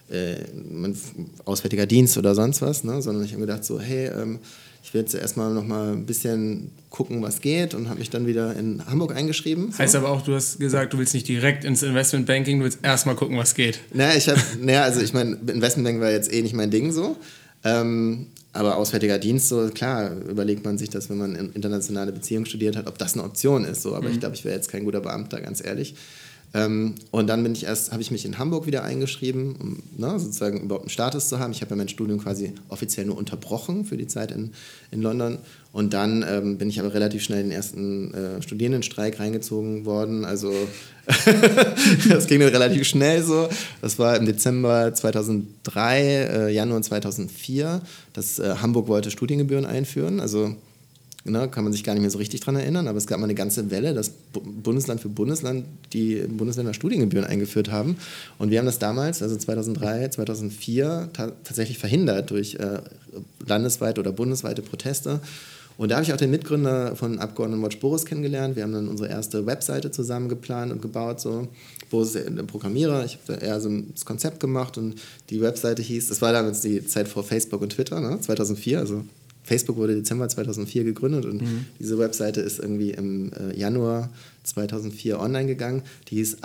Auswärtiger Dienst oder sonst was, ne? Sondern ich habe gedacht, so hey, ich will jetzt erstmal noch mal ein bisschen gucken, was geht und habe mich dann wieder in Hamburg eingeschrieben. So. Heißt aber auch, du hast gesagt, du willst nicht direkt ins Investmentbanking, du willst erstmal gucken, was geht. Also ich meine, Investmentbanking war jetzt nicht mein Ding so. Aber Auswärtiger Dienst, so klar, überlegt man sich das, wenn man internationale Beziehungen studiert hat, ob das eine Option ist. So. Aber ich glaube, ich wäre jetzt kein guter Beamter, ganz ehrlich. Und dann habe ich mich in Hamburg wieder eingeschrieben, um sozusagen überhaupt einen Status zu haben. Ich habe ja mein Studium quasi offiziell nur unterbrochen für die Zeit in London. Und dann bin ich aber relativ schnell in den ersten Studierendenstreik reingezogen worden. Also das ging dann relativ schnell so. Das war im Dezember 2003, Januar 2004. Hamburg wollte Studiengebühren einführen. Also kann man sich gar nicht mehr so richtig dran erinnern, aber es gab mal eine ganze Welle, dass Bundesland für Bundesland die Bundesländer Studiengebühren eingeführt haben. Und wir haben das damals, also 2003, 2004, tatsächlich verhindert durch landesweite oder bundesweite Proteste. Und da habe ich auch den Mitgründer von Abgeordnetenwatch, Boris, kennengelernt. Wir haben dann unsere erste Webseite zusammen geplant und gebaut. So. Boris ist der Programmierer, ich habe da eher so das Konzept gemacht und die Webseite hieß, das war damals die Zeit vor Facebook und Twitter, 2004, also Facebook wurde Dezember 2004 gegründet und diese Webseite ist irgendwie im Januar 2004 online gegangen. Die hieß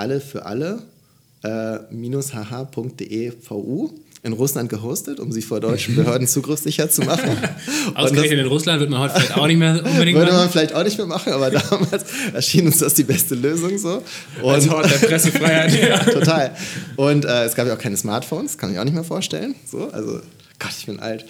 alle-hh.de-vu in Russland gehostet, um sie vor deutschen Behörden zugriffssicher zu machen. Ausgerechnet in Russland wird man heute vielleicht auch nicht mehr unbedingt würde man vielleicht auch nicht mehr machen, aber damals erschien uns das die beste Lösung so. Als Hort der Pressefreiheit. Ja, total. Und es gab ja auch keine Smartphones, kann ich auch nicht mehr vorstellen. So, also Gott, ich bin alt.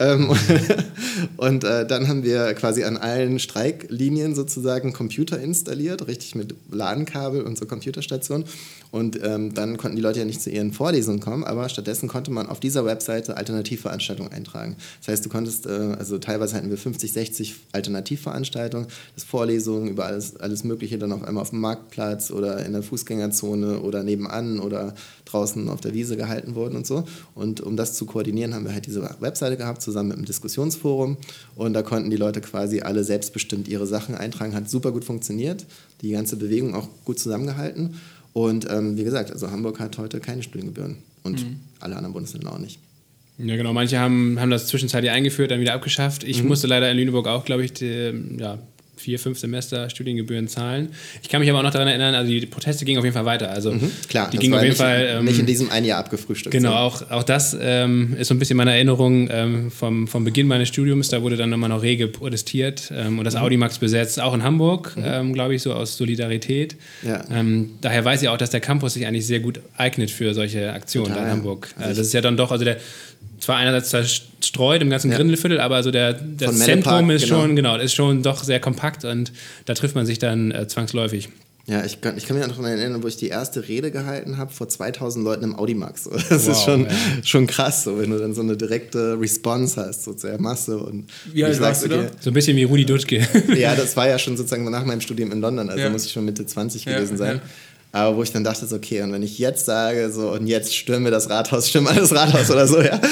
Und dann haben wir quasi an allen Streiklinien sozusagen Computer installiert, richtig mit LAN-Kabel und so Computerstationen. Und dann konnten die Leute ja nicht zu ihren Vorlesungen kommen, aber stattdessen konnte man auf dieser Webseite Alternativveranstaltungen eintragen. Das heißt, du konntest, also teilweise hatten wir 50, 60 Alternativveranstaltungen, das Vorlesungen über alles Mögliche dann auf einmal auf dem Marktplatz oder in der Fußgängerzone oder nebenan oder draußen auf der Wiese gehalten wurden und so. Und um das zu koordinieren, haben wir halt diese Webseite gehabt, zusammen mit einem Diskussionsforum. Und da konnten die Leute quasi alle selbstbestimmt ihre Sachen eintragen. Hat super gut funktioniert, die ganze Bewegung auch gut zusammengehalten. Und wie gesagt, also Hamburg hat heute keine Studiengebühren und alle anderen Bundesländer auch nicht. Ja, genau. Manche haben das zwischenzeitlich eingeführt, dann wieder abgeschafft. Ich musste leider in Lüneburg auch, glaube ich, 4, 5 Semester Studiengebühren zahlen. Ich kann mich aber auch noch daran erinnern, also die Proteste gingen auf jeden Fall weiter. Also klar, die gingen auf jeden Fall nicht in diesem ein Jahr abgefrühstückt. Genau, auch das ist so ein bisschen meine Erinnerung vom Beginn meines Studiums. Da wurde dann nochmal noch rege protestiert und das Audimax besetzt, auch in Hamburg, glaube ich, so aus Solidarität. Ja. Daher weiß ich auch, dass der Campus sich eigentlich sehr gut eignet für solche Aktionen in Hamburg. Das ist ja dann doch, also zwar einerseits zerstreut im ganzen Grindelviertel, aber also das Zentrum ist ist schon doch sehr kompakt und da trifft man sich dann zwangsläufig. Ja, ich kann mich noch daran erinnern, wo ich die erste Rede gehalten habe vor 2000 Leuten im Audimax. Das ist schon krass, so, wenn du dann so eine direkte Response hast, so zur Masse. Und wie alt warst du da? So ein bisschen wie Rudi Dutschke. Ja, das war ja schon sozusagen nach meinem Studium in London, also muss ich schon Mitte 20 gewesen sein. Ja. Aber wo ich dann dachte, so, okay, und wenn ich jetzt sage, so, und jetzt stürmen wir das Rathaus, stürmen alle das Rathaus oder so, ja.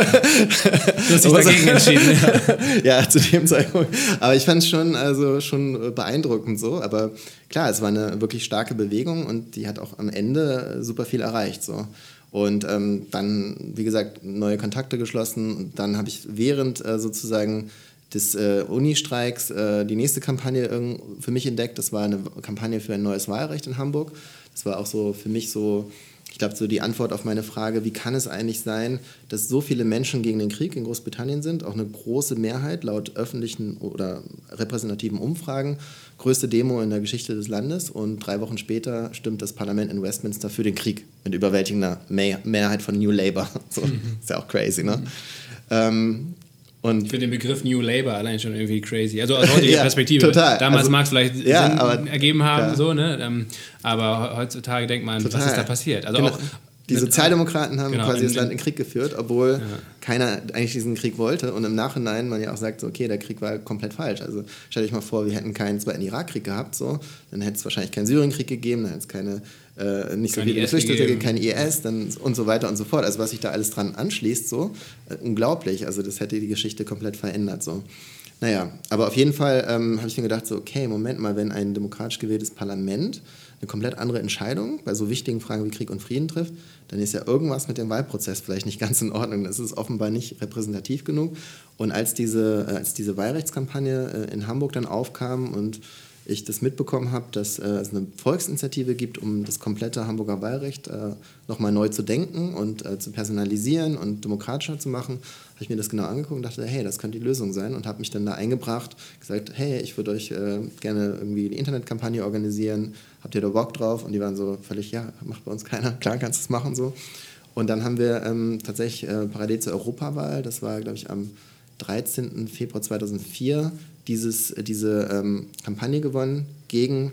Du hast dich dagegen entschieden, ja, zu dem Zeitpunkt. Aber ich fand es schon beeindruckend so. Aber klar, es war eine wirklich starke Bewegung und die hat auch am Ende super viel erreicht, so. Und dann, wie gesagt, neue Kontakte geschlossen. Und dann habe ich während sozusagen des Uni-Streiks die nächste Kampagne für mich entdeckt. Das war eine Kampagne für ein neues Wahlrecht in Hamburg. Das war auch so für mich so, ich glaube, so die Antwort auf meine Frage, wie kann es eigentlich sein, dass so viele Menschen gegen den Krieg in Großbritannien sind, auch eine große Mehrheit laut öffentlichen oder repräsentativen Umfragen, größte Demo in der Geschichte des Landes und 3 Wochen später stimmt das Parlament in Westminster für den Krieg mit überwältigender Mehrheit von New Labour. So, ist ja auch crazy, ne? Und ich finde den Begriff New Labour allein schon irgendwie crazy. Also aus heutiger Perspektive. Total. Damals mag es vielleicht Sinn ergeben haben, so, ne? Aber heutzutage denkt man, was ist da passiert? Also auch die Sozialdemokraten haben quasi das Land in Krieg geführt, obwohl keiner eigentlich diesen Krieg wollte. Und im Nachhinein man ja auch sagt, so, okay, der Krieg war komplett falsch. Also stell dich mal vor, wir hätten keinen zweiten Irakkrieg gehabt, so, dann hätte es wahrscheinlich keinen Syrienkrieg gegeben, dann hätte es nicht so viele Geflüchtete gegeben, kein IS dann und so weiter und so fort. Also was sich da alles dran anschließt, so unglaublich. Also das hätte die Geschichte komplett verändert. So. Naja, aber auf jeden Fall habe ich mir gedacht, so, okay, Moment mal, wenn ein demokratisch gewähltes Parlament eine komplett andere Entscheidung bei so wichtigen Fragen wie Krieg und Frieden trifft, dann ist ja irgendwas mit dem Wahlprozess vielleicht nicht ganz in Ordnung. Das ist offenbar nicht repräsentativ genug. Und als diese Wahlrechtskampagne in Hamburg dann aufkam und ich das mitbekommen habe, dass es eine Volksinitiative gibt, um das komplette Hamburger Wahlrecht nochmal neu zu denken und zu personalisieren und demokratischer zu machen, habe ich mir das genau angeguckt und dachte, hey, das könnte die Lösung sein und habe mich dann da eingebracht, gesagt, hey, ich würde euch gerne irgendwie die Internetkampagne organisieren, habt ihr da Bock drauf? Und die waren so völlig, ja, macht bei uns keiner, klar, kannst du es machen so. Und dann haben wir tatsächlich parallel zur Europawahl, das war, glaube ich, am 13. Februar 2004, diese Kampagne gewonnen gegen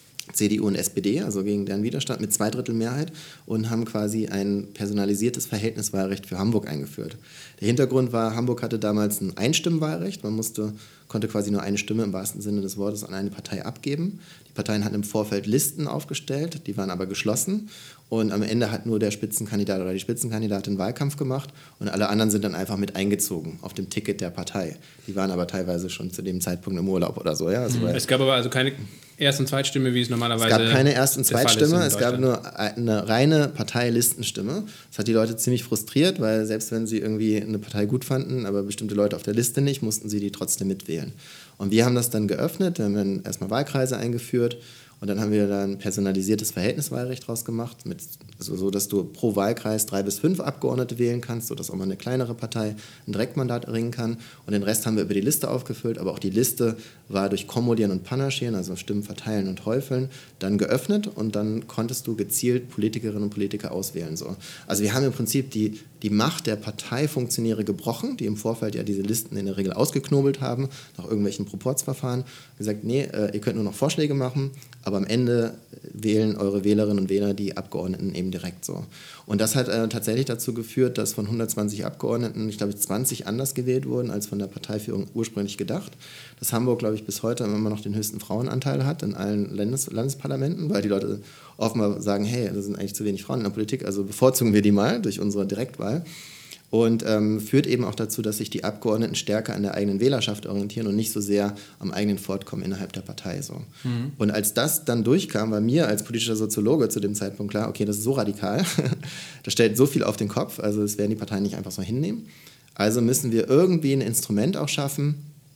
CDU und SPD, also gegen deren Widerstand mit 2/3 Mehrheit und haben quasi ein personalisiertes Verhältniswahlrecht für Hamburg eingeführt. Der Hintergrund war, Hamburg hatte damals ein Einstimmenwahlrecht, man konnte quasi nur eine Stimme im wahrsten Sinne des Wortes an eine Partei abgeben. Die Parteien hatten im Vorfeld Listen aufgestellt, die waren aber geschlossen und am Ende hat nur der Spitzenkandidat oder die Spitzenkandidatin Wahlkampf gemacht und alle anderen sind dann einfach mit eingezogen auf dem Ticket der Partei. Die waren aber teilweise schon zu dem Zeitpunkt im Urlaub oder so. Ja? Also es gab aber also keine Erst- und Zweitstimme, wie es normalerweise Es gab keine Erst- und Zweitstimme, es gab Deutschland. nur eine reine Parteilistenstimme. Das hat die Leute ziemlich frustriert, weil selbst wenn sie irgendwie eine Partei gut fanden, aber bestimmte Leute auf der Liste nicht, mussten sie die trotzdem mitwählen. Und wir haben das dann geöffnet, wir haben dann erstmal Wahlkreise eingeführt und dann haben wir da ein personalisiertes Verhältniswahlrecht draus gemacht, so dass du pro Wahlkreis 3 bis 5 Abgeordnete wählen kannst, sodass auch mal eine kleinere Partei ein Direktmandat erringen kann. Und den Rest haben wir über die Liste aufgefüllt, aber auch die Liste war durch Kommodieren und Panaschieren, also Stimmen verteilen und häufeln, dann geöffnet und dann konntest du gezielt Politikerinnen und Politiker auswählen. So. Also wir haben im Prinzip die Macht der Parteifunktionäre gebrochen, die im Vorfeld ja diese Listen in der Regel ausgeknobelt haben, nach irgendwelchen Proporzverfahren, gesagt, nee, ihr könnt nur noch Vorschläge machen, aber am Ende wählen eure Wählerinnen und Wähler die Abgeordneten eben direkt so. Und das hat tatsächlich dazu geführt, dass von 120 Abgeordneten, ich glaube, 20 anders gewählt wurden, als von der Parteiführung ursprünglich gedacht. Dass Hamburg, glaube ich, bis heute immer noch den höchsten Frauenanteil hat in allen Landesparlamenten, weil die Leute offenbar sagen, hey, da sind eigentlich zu wenig Frauen in der Politik, also bevorzugen wir die mal durch unsere Direktwahl. Und führt eben auch dazu, dass sich die Abgeordneten stärker an der eigenen Wählerschaft orientieren und nicht so sehr am eigenen Fortkommen innerhalb der Partei. So. Mhm. Und als das dann durchkam, war mir als politischer Soziologe zu dem Zeitpunkt klar, okay, das ist so radikal, das stellt so viel auf den Kopf, also das werden die Parteien nicht einfach so hinnehmen. Also müssen wir irgendwie ein Instrument auch schaffen,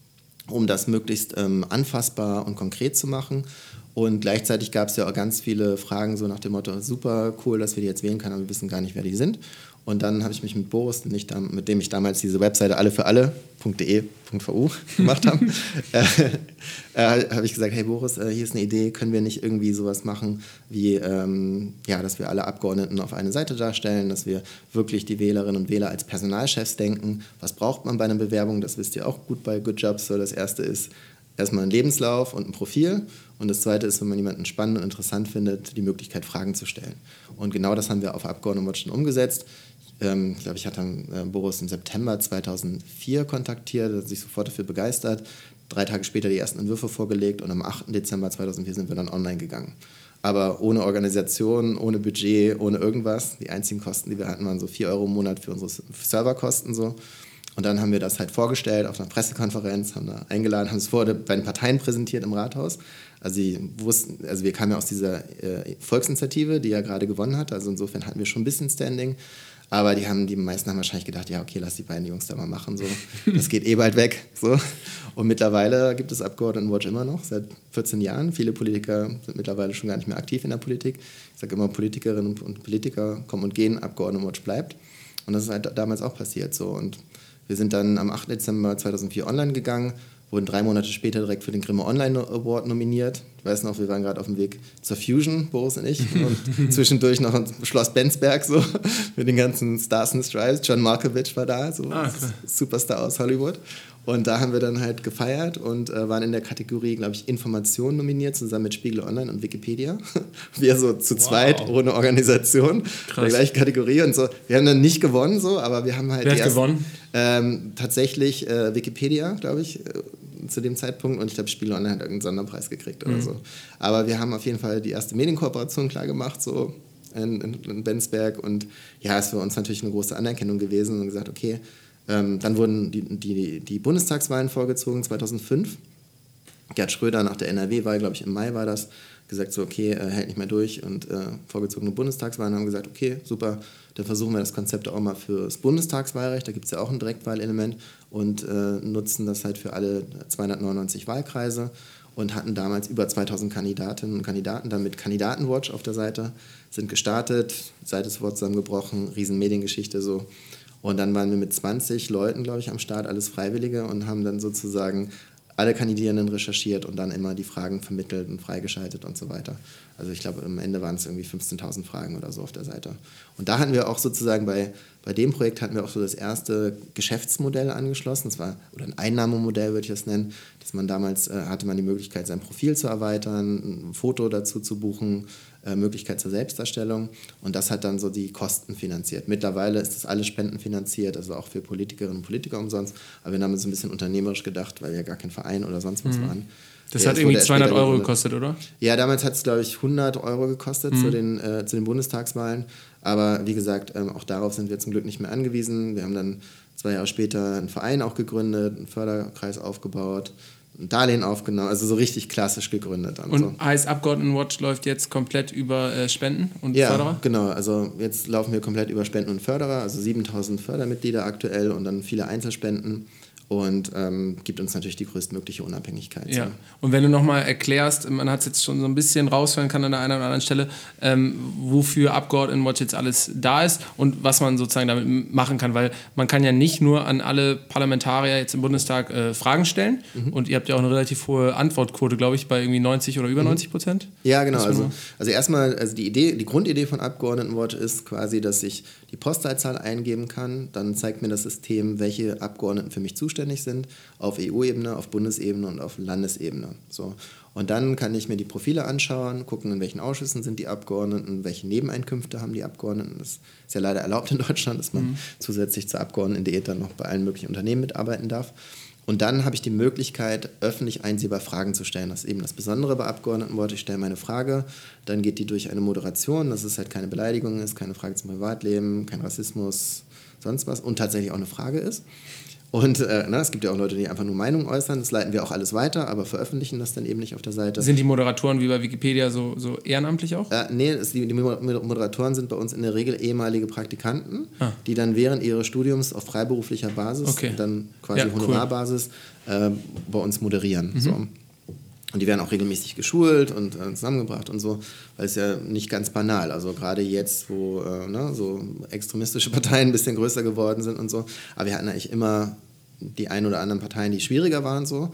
um das möglichst anfassbar und konkret zu machen. Und gleichzeitig gab es ja auch ganz viele Fragen so nach dem Motto, super cool, dass wir die jetzt wählen können, aber wir wissen gar nicht, wer die sind. Und dann habe ich mich mit Boris, mit dem ich damals diese Webseite allefüralle.de.vu gemacht habe, habe ich gesagt, hey Boris, hier ist eine Idee, können wir nicht irgendwie sowas machen, wie dass wir alle Abgeordneten auf eine Seite darstellen, dass wir wirklich die Wählerinnen und Wähler als Personalchefs denken. Was braucht man bei einer Bewerbung? Das wisst ihr auch gut bei Good Jobs. So, das erste ist erstmal ein Lebenslauf und ein Profil. Und das zweite ist, wenn man jemanden spannend und interessant findet, die Möglichkeit, Fragen zu stellen. Und genau das haben wir auf Abgeordnetenwatch schon umgesetzt. Ich glaube, ich hatte Boris im September 2004 kontaktiert, hat sich sofort dafür begeistert, 3 Tage später die ersten Entwürfe vorgelegt und am 8. Dezember 2004 sind wir dann online gegangen. Aber ohne Organisation, ohne Budget, ohne irgendwas. Die einzigen Kosten, die wir hatten, waren so 4 € im Monat für unsere Serverkosten so. Und dann haben wir das halt vorgestellt auf einer Pressekonferenz, haben da eingeladen, haben es bei den Parteien präsentiert im Rathaus. Also wir kamen ja aus dieser Volksinitiative, die ja gerade gewonnen hat. Also insofern hatten wir schon ein bisschen Standing. Aber die meisten haben wahrscheinlich gedacht, ja okay, lass die beiden Jungs da mal machen, so. Das geht bald weg. So. Und mittlerweile gibt es Abgeordnetenwatch immer noch, seit 14 Jahren. Viele Politiker sind mittlerweile schon gar nicht mehr aktiv in der Politik. Ich sage immer, Politikerinnen und Politiker kommen und gehen, Abgeordnetenwatch bleibt. Und das ist halt damals auch passiert. So. Und wir sind dann am 8. Dezember 2004 online gegangen, wurden 3 Monate später direkt für den Grimme Online Award nominiert. Ich weiß noch, wir waren gerade auf dem Weg zur Fusion, Boris und ich, und zwischendurch noch ein Schloss Bensberg so mit den ganzen Stars and Stripes. John Malkovich war da, so Superstar aus Hollywood. Und da haben wir dann halt gefeiert und waren in der Kategorie, glaube ich, Information nominiert, zusammen mit Spiegel Online und Wikipedia. Wir so zu zweit, ohne Organisation, in der gleichen Kategorie und so. Wir haben dann nicht gewonnen, so, aber wir haben halt Wer hat gewonnen? Tatsächlich Wikipedia, glaube ich, zu dem Zeitpunkt, und ich glaube, Spiegel Online hat irgendeinen Sonderpreis gekriegt oder so. Aber wir haben auf jeden Fall die erste Medienkooperation klar gemacht, so in Bensberg, und ja, es ist für uns natürlich eine große Anerkennung gewesen und gesagt, okay, dann wurden die Bundestagswahlen vorgezogen, 2005. Gerd Schröder nach der NRW-Wahl, glaube ich im Mai war das, gesagt so, okay, hält nicht mehr durch, und vorgezogene Bundestagswahlen haben gesagt, okay, super, dann versuchen wir das Konzept auch mal für das Bundestagswahlrecht, da gibt es ja auch ein Direktwahlelement, und nutzen das halt für alle 299 Wahlkreise. und hatten damals über 2000 Kandidatinnen und Kandidaten, dann mit Kandidatenwatch auf der Seite, sind gestartet, Seite ist sofort zusammengebrochen, riesen Mediengeschichte so. Und dann waren wir mit 20 Leuten, glaube ich, am Start, alles Freiwillige und haben dann sozusagen alle Kandidierenden recherchiert und dann immer die Fragen vermittelt und freigeschaltet und so weiter. Also ich glaube, am Ende waren es irgendwie 15.000 Fragen oder so auf der Seite. Und da hatten wir auch sozusagen bei dem Projekt hatten wir auch so das erste Geschäftsmodell angeschlossen. Das war, oder ein Einnahmemodell würde ich das nennen, dass man damals hatte man die Möglichkeit, sein Profil zu erweitern, ein Foto dazu zu buchen, Möglichkeit zur Selbstdarstellung und das hat dann so die Kosten finanziert. Mittlerweile ist das alles spendenfinanziert, also auch für Politikerinnen und Politiker umsonst, aber wir haben so ein bisschen unternehmerisch gedacht, weil wir ja gar kein Verein oder sonst was waren. Das hat irgendwie 200 Euro gekostet, oder? Ja, damals hat es, glaube ich, 100 Euro gekostet zu den Bundestagswahlen, aber wie gesagt, auch darauf sind wir zum Glück nicht mehr angewiesen. Wir haben dann 2 Jahre später einen Verein auch gegründet, einen Förderkreis aufgebaut, ein Darlehen aufgenommen, also so richtig klassisch gegründet. Und so. Heißt Abgeordnetenwatch läuft jetzt komplett über Spenden und Förderer? Ja, genau. Also jetzt laufen wir komplett über Spenden und Förderer, also 7000 Fördermitglieder aktuell und dann viele Einzelspenden. Und gibt uns natürlich die größtmögliche Unabhängigkeit. Ja. Und wenn du nochmal erklärst, man hat es jetzt schon so ein bisschen raushören kann an der einen oder anderen Stelle, wofür Abgeordnetenwatch jetzt alles da ist und was man sozusagen damit machen kann, weil man kann ja nicht nur an alle Parlamentarier jetzt im Bundestag Fragen stellen und ihr habt ja auch eine relativ hohe Antwortquote, glaube ich, bei irgendwie 90 oder über 90%. Ja, genau. Also erstmal, die Grundidee von Abgeordnetenwatch ist quasi, dass ich die Postleitzahl eingeben kann, dann zeigt mir das System, welche Abgeordneten für mich zuständig sind, auf EU-Ebene, auf Bundesebene und auf Landesebene. So. Und dann kann ich mir die Profile anschauen, gucken, in welchen Ausschüssen sind die Abgeordneten, welche Nebeneinkünfte haben die Abgeordneten. Das ist ja leider erlaubt in Deutschland, dass man zusätzlich zur Abgeordneten-Diät dann noch bei allen möglichen Unternehmen mitarbeiten darf. Und dann habe ich die Möglichkeit, öffentlich einsehbar Fragen zu stellen. Das ist eben das Besondere bei Abgeordnetenwatch. Ich stelle meine Frage, dann geht die durch eine Moderation, dass es halt keine Beleidigung ist, keine Frage zum Privatleben, kein Rassismus, sonst was und tatsächlich auch eine Frage ist. Und es gibt ja auch Leute, die einfach nur Meinungen äußern, das leiten wir auch alles weiter, aber veröffentlichen das dann eben nicht auf der Seite. Sind die Moderatoren wie bei Wikipedia so ehrenamtlich auch? Nee, die Moderatoren sind bei uns in der Regel ehemalige Praktikanten, die dann während ihres Studiums auf freiberuflicher Basis und dann quasi Honorarbasis bei uns moderieren. So. Und die werden auch regelmäßig geschult und zusammengebracht und so, weil es ja nicht ganz banal, also gerade jetzt, wo so extremistische Parteien ein bisschen größer geworden sind und so, aber wir hatten eigentlich immer die ein oder anderen Parteien, die schwieriger waren so,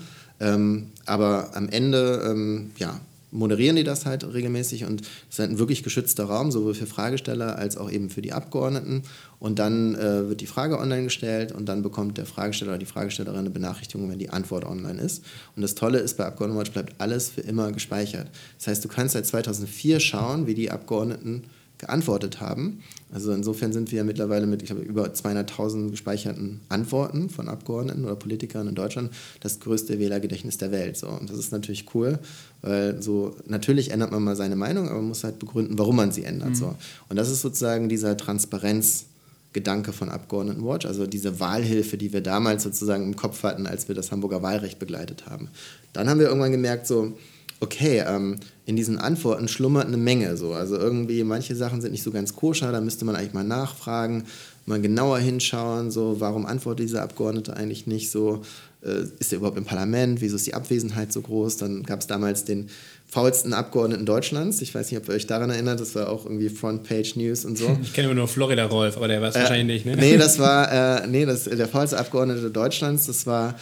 aber am Ende, moderieren die das halt regelmäßig und es ist halt ein wirklich geschützter Raum, sowohl für Fragesteller als auch eben für die Abgeordneten und dann wird die Frage online gestellt und dann bekommt der Fragesteller oder die Fragestellerin eine Benachrichtigung, wenn die Antwort online ist. Und das Tolle ist, bei Abgeordnetenwatch bleibt alles für immer gespeichert. Das heißt, du kannst seit 2004 schauen, wie die Abgeordneten geantwortet haben. Also insofern sind wir ja mittlerweile mit, ich glaube, über 200.000 gespeicherten Antworten von Abgeordneten oder Politikern in Deutschland das größte Wählergedächtnis der Welt. So. Und das ist natürlich cool, weil so natürlich ändert man mal seine Meinung, aber man muss halt begründen, warum man sie ändert. So. Und das ist sozusagen dieser Transparenzgedanke von Abgeordnetenwatch, also diese Wahlhilfe, die wir damals sozusagen im Kopf hatten, als wir das Hamburger Wahlrecht begleitet haben. Dann haben wir irgendwann gemerkt, so, okay, in diesen Antworten schlummert eine Menge. So. Also irgendwie, manche Sachen sind nicht so ganz koscher, da müsste man eigentlich mal nachfragen, mal genauer hinschauen, so, warum antwortet dieser Abgeordnete eigentlich nicht so, ist er überhaupt im Parlament, wieso ist die Abwesenheit so groß? Dann gab es damals den faulsten Abgeordneten Deutschlands, ich weiß nicht, ob ihr euch daran erinnert, das war auch irgendwie Frontpage News und so. Ich kenne immer nur Florida Rolf, aber der war es wahrscheinlich nicht, ne? Nee, das war, der faulste Abgeordnete Deutschlands, das war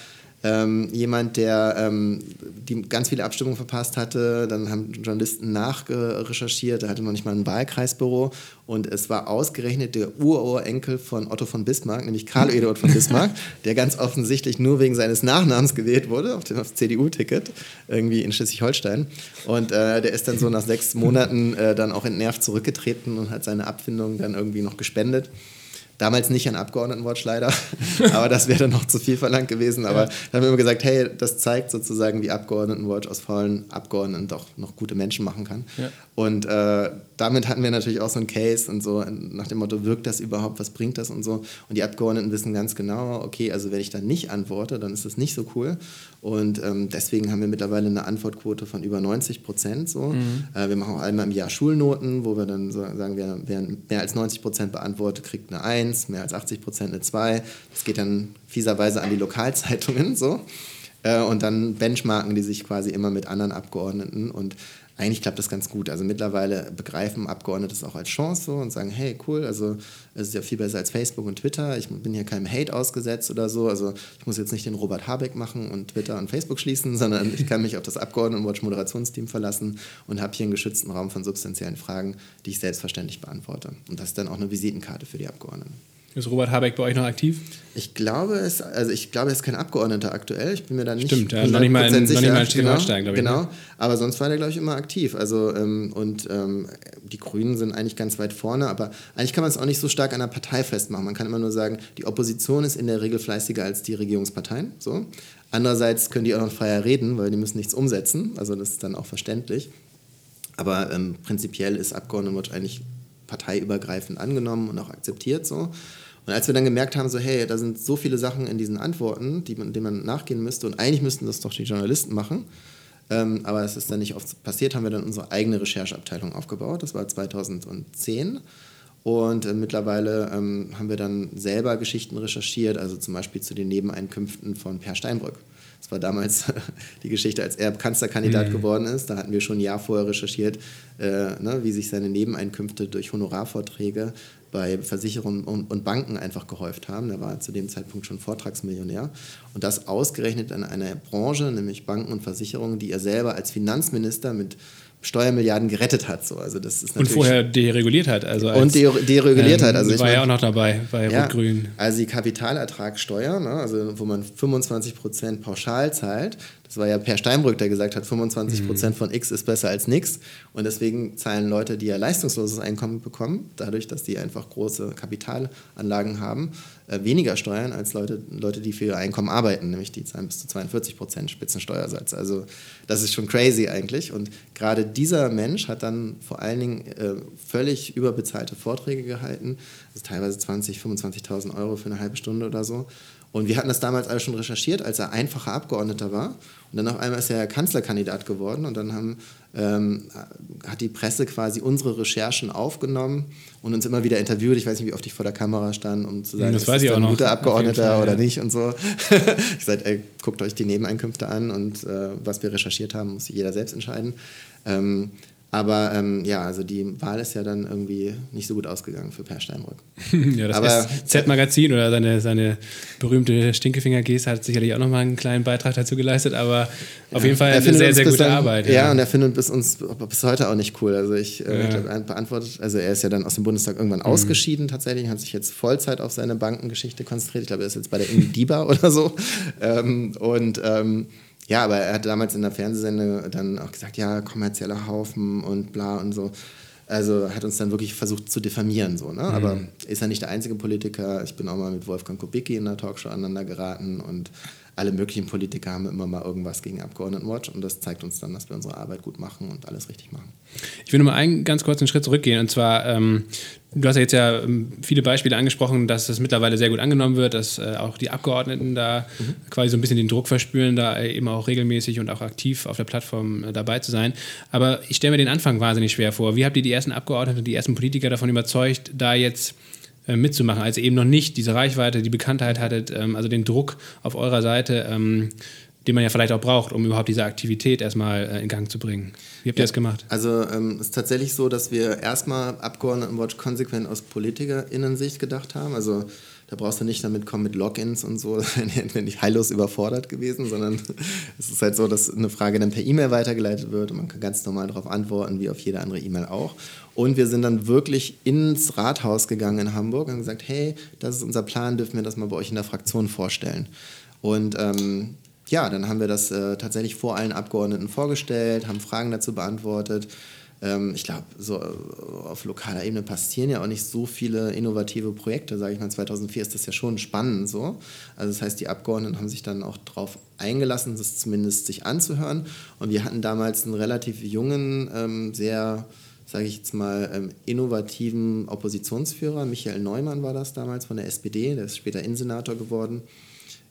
jemand, der die ganz viele Abstimmungen verpasst hatte, dann haben Journalisten nachrecherchiert, da hatte man nicht mal ein Wahlkreisbüro und es war ausgerechnet der Urenkel von Otto von Bismarck, nämlich Karl Eduard von Bismarck, der ganz offensichtlich nur wegen seines Nachnamens gewählt wurde, auf dem CDU-Ticket, irgendwie in Schleswig-Holstein und der ist dann so nach 6 Monaten dann auch entnervt zurückgetreten und hat seine Abfindung dann irgendwie noch gespendet. Damals nicht an Abgeordnetenwatch leider, aber das wäre dann noch zu viel verlangt gewesen. Aber da haben wir immer gesagt, hey, das zeigt sozusagen, wie Abgeordnetenwatch aus faulen Abgeordneten doch noch gute Menschen machen kann. Ja. Und damit hatten wir natürlich auch so einen Case und so nach dem Motto, wirkt das überhaupt, was bringt das und so. Und die Abgeordneten wissen ganz genau, okay, also wenn ich dann nicht antworte, dann ist das nicht so cool. Und deswegen haben wir mittlerweile eine Antwortquote von über 90%. So. Wir machen auch einmal im Jahr Schulnoten, wo wir dann so sagen, wer mehr als 90% beantwortet, kriegt eine 1, mehr als 80% eine 2. Das geht dann fieserweise an die Lokalzeitungen. So. Und dann benchmarken die sich quasi immer mit anderen Abgeordneten und eigentlich klappt das ganz gut. Also mittlerweile begreifen Abgeordnete es auch als Chance so und sagen, hey, cool, also es ist ja viel besser als Facebook und Twitter. Ich bin hier keinem Hate ausgesetzt oder so. Also ich muss jetzt nicht den Robert Habeck machen und Twitter und Facebook schließen, sondern ich kann mich auf das Abgeordneten-Watch-Moderationsteam verlassen und habe hier einen geschützten Raum von substanziellen Fragen, die ich selbstverständlich beantworte. Und das ist dann auch eine Visitenkarte für die Abgeordneten. Ist Robert Habeck bei euch noch aktiv? Ich glaube, er ist kein Abgeordneter aktuell. Ich bin mir da nicht Stimmt, ja, noch nicht mal in Schleswig-Holstein, glaube ich. Genau, aber sonst war der, glaube ich, immer aktiv. Also, die Grünen sind eigentlich ganz weit vorne, aber eigentlich kann man es auch nicht so stark an der Partei festmachen. Man kann immer nur sagen, die Opposition ist in der Regel fleißiger als die Regierungsparteien. So. Andererseits können die auch noch freier reden, weil die müssen nichts umsetzen. Also das ist dann auch verständlich. Aber prinzipiell ist Abgeordnetenwatch eigentlich parteiübergreifend angenommen und auch akzeptiert so. Und als wir dann gemerkt haben, so hey, da sind so viele Sachen in diesen Antworten, denen man nachgehen müsste und eigentlich müssten das doch die Journalisten machen, aber es ist dann nicht oft passiert, haben wir dann unsere eigene Rechercheabteilung aufgebaut. Das war 2010 und mittlerweile haben wir dann selber Geschichten recherchiert, also zum Beispiel zu den Nebeneinkünften von Per Steinbrück. Das war damals die Geschichte, als er Kanzlerkandidat geworden ist. Da hatten wir schon ein Jahr vorher recherchiert, wie sich seine Nebeneinkünfte durch Honorarvorträge bei Versicherungen und Banken einfach gehäuft haben. Er war zu dem Zeitpunkt schon Vortragsmillionär. Und das ausgerechnet in einer Branche, nämlich Banken und Versicherungen, die er selber als Finanzminister mit Steuermilliarden gerettet hat. So. Also das ist und vorher dereguliert hat. Also dereguliert hat. Also war ja auch noch dabei bei Rot-Grün. Also die Kapitalertragssteuer, also wo man 25% pauschal zahlt, das war ja Per Steinbrück, der gesagt hat, 25% von X ist besser als nix. Und deswegen zahlen Leute, die ja leistungsloses Einkommen bekommen, dadurch, dass die einfach große Kapitalanlagen haben, weniger Steuern als Leute, die für ihr Einkommen arbeiten. Nämlich die zahlen bis zu 42% Spitzensteuersatz. Also das ist schon crazy eigentlich. Und gerade dieser Mensch hat dann vor allen Dingen völlig überbezahlte Vorträge gehalten. Also teilweise 20.000, 25.000 Euro für eine halbe Stunde oder so. Und wir hatten das damals alles schon recherchiert, als er einfacher Abgeordneter war. Und dann auf einmal ist er Kanzlerkandidat geworden. Und dann hat die Presse quasi unsere Recherchen aufgenommen und uns immer wieder interviewt. Ich weiß nicht, wie oft ich vor der Kamera stand, um zu sagen, das weiß ich auch ein noch. guter Abgeordneter oder nicht und so. Ich sagte, ey, guckt euch die Nebeneinkünfte an und was wir recherchiert haben, muss jeder selbst entscheiden. Aber also die Wahl ist ja dann irgendwie nicht so gut ausgegangen für Per Steinbrück. Ja, das Z-Magazin oder seine berühmte Stinkefinger-Geste hat sicherlich auch nochmal einen kleinen Beitrag dazu geleistet, aber auf jeden Fall eine sehr, sehr gute Arbeit. Ja, und er findet bis heute auch nicht cool. Also er ist ja dann aus dem Bundestag irgendwann ausgeschieden tatsächlich, hat sich jetzt Vollzeit auf seine Bankengeschichte konzentriert. Ich glaube, er ist jetzt bei der Indiba oder so. Ja, aber er hat damals in der Fernsehsendung dann auch gesagt, ja, kommerzieller Haufen und bla und so. Also hat uns dann wirklich versucht zu diffamieren. So, ne? Aber ist ja nicht der einzige Politiker. Ich bin auch mal mit Wolfgang Kubicki in einer Talkshow aneinander geraten und alle möglichen Politiker haben immer mal irgendwas gegen Abgeordnetenwatch und das zeigt uns dann, dass wir unsere Arbeit gut machen und alles richtig machen. Ich will nur mal einen ganz kurzen Schritt zurückgehen und zwar, du hast ja jetzt viele Beispiele angesprochen, dass das mittlerweile sehr gut angenommen wird, dass auch die Abgeordneten da quasi so ein bisschen den Druck verspüren, da eben auch regelmäßig und auch aktiv auf der Plattform dabei zu sein. Aber ich stelle mir den Anfang wahnsinnig schwer vor. Wie habt ihr die ersten Abgeordneten, die ersten Politiker davon überzeugt, da jetzt mitzumachen, als ihr eben noch nicht diese Reichweite, die Bekanntheit hattet, also den Druck auf eurer Seite, den man ja vielleicht auch braucht, um überhaupt diese Aktivität erstmal in Gang zu bringen. Wie habt ihr das gemacht? Also es ist tatsächlich so, dass wir erstmal Abgeordnetenwatch konsequent aus PolitikerInnen-Sicht gedacht haben. Also da brauchst du nicht damit kommen mit Logins und so, wenn ich heillos überfordert gewesen, sondern es ist halt so, dass eine Frage dann per E-Mail weitergeleitet wird und man kann ganz normal darauf antworten, wie auf jede andere E-Mail auch. Und wir sind dann wirklich ins Rathaus gegangen in Hamburg und haben gesagt, hey, das ist unser Plan, dürfen wir das mal bei euch in der Fraktion vorstellen. Und dann haben wir das tatsächlich vor allen Abgeordneten vorgestellt, haben Fragen dazu beantwortet. Ich glaube, so auf lokaler Ebene passieren ja auch nicht so viele innovative Projekte, sage ich mal. 2004 ist das ja schon spannend so. Also das heißt, die Abgeordneten haben sich dann auch darauf eingelassen, das zumindest sich anzuhören. Und wir hatten damals einen relativ jungen, sehr, sage ich jetzt mal, innovativen Oppositionsführer. Michael Neumann war das damals von der SPD, der ist später Innensenator geworden.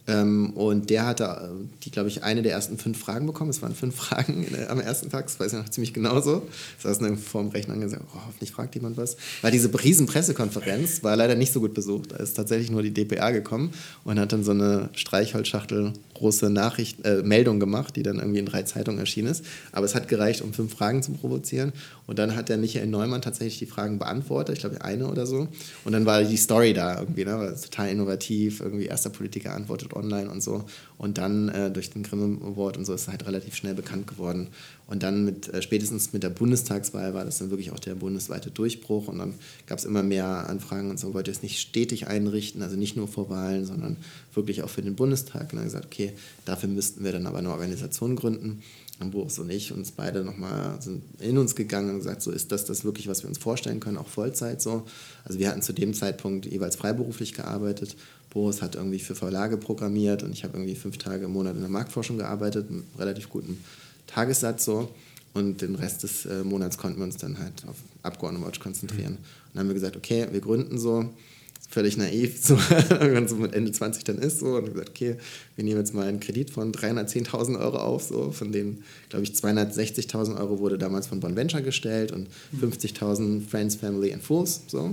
Und der hatte, glaube ich, eine der ersten 5 Fragen bekommen. Es waren 5 Fragen am ersten Tag, das weiß ich noch ziemlich genau so. Saßen dann vor dem Rechner und gesagt, hoffentlich fragt jemand was. Weil diese riesen Pressekonferenz war leider nicht so gut besucht. Da ist tatsächlich nur die dpa gekommen und hat dann so eine Streichholzschachtel große Meldung gemacht, die dann irgendwie in 3 Zeitungen erschienen ist. Aber es hat gereicht, um 5 Fragen zu provozieren. Und dann hat der Michael Neumann tatsächlich die Fragen beantwortet, ich glaube eine oder so. Und dann war die Story da irgendwie, ne? War total innovativ, irgendwie erster Politiker antwortet online und so. Und dann durch den Grimme Award und so ist es halt relativ schnell bekannt geworden. Und dann spätestens mit der Bundestagswahl war das dann wirklich auch der bundesweite Durchbruch. Und dann gab es immer mehr Anfragen und so, wollte es nicht stetig einrichten, also nicht nur vor Wahlen, sondern wirklich auch für den Bundestag. Und dann gesagt, okay, dafür müssten wir dann aber eine Organisation gründen. Und Boris und ich uns beide nochmal sind in uns gegangen und gesagt, so ist das wirklich, was wir uns vorstellen können, auch Vollzeit so. Also wir hatten zu dem Zeitpunkt jeweils freiberuflich gearbeitet. Boris hat irgendwie für Verlage programmiert und ich habe irgendwie 5 Tage im Monat in der Marktforschung gearbeitet, mit einem relativ guten Tagessatz so. Und den Rest des Monats konnten wir uns dann halt auf Abgeordnetenwatch konzentrieren. Und dann haben wir gesagt, okay, wir gründen so, völlig naiv, so, wenn es so mit Ende 20 dann ist. So, und gesagt, okay, wir nehmen jetzt mal einen Kredit von 310.000 Euro auf, so, von denen, glaube ich, 260.000 Euro wurde damals von Bonventure gestellt und 50.000 Friends, Family and Fools. So.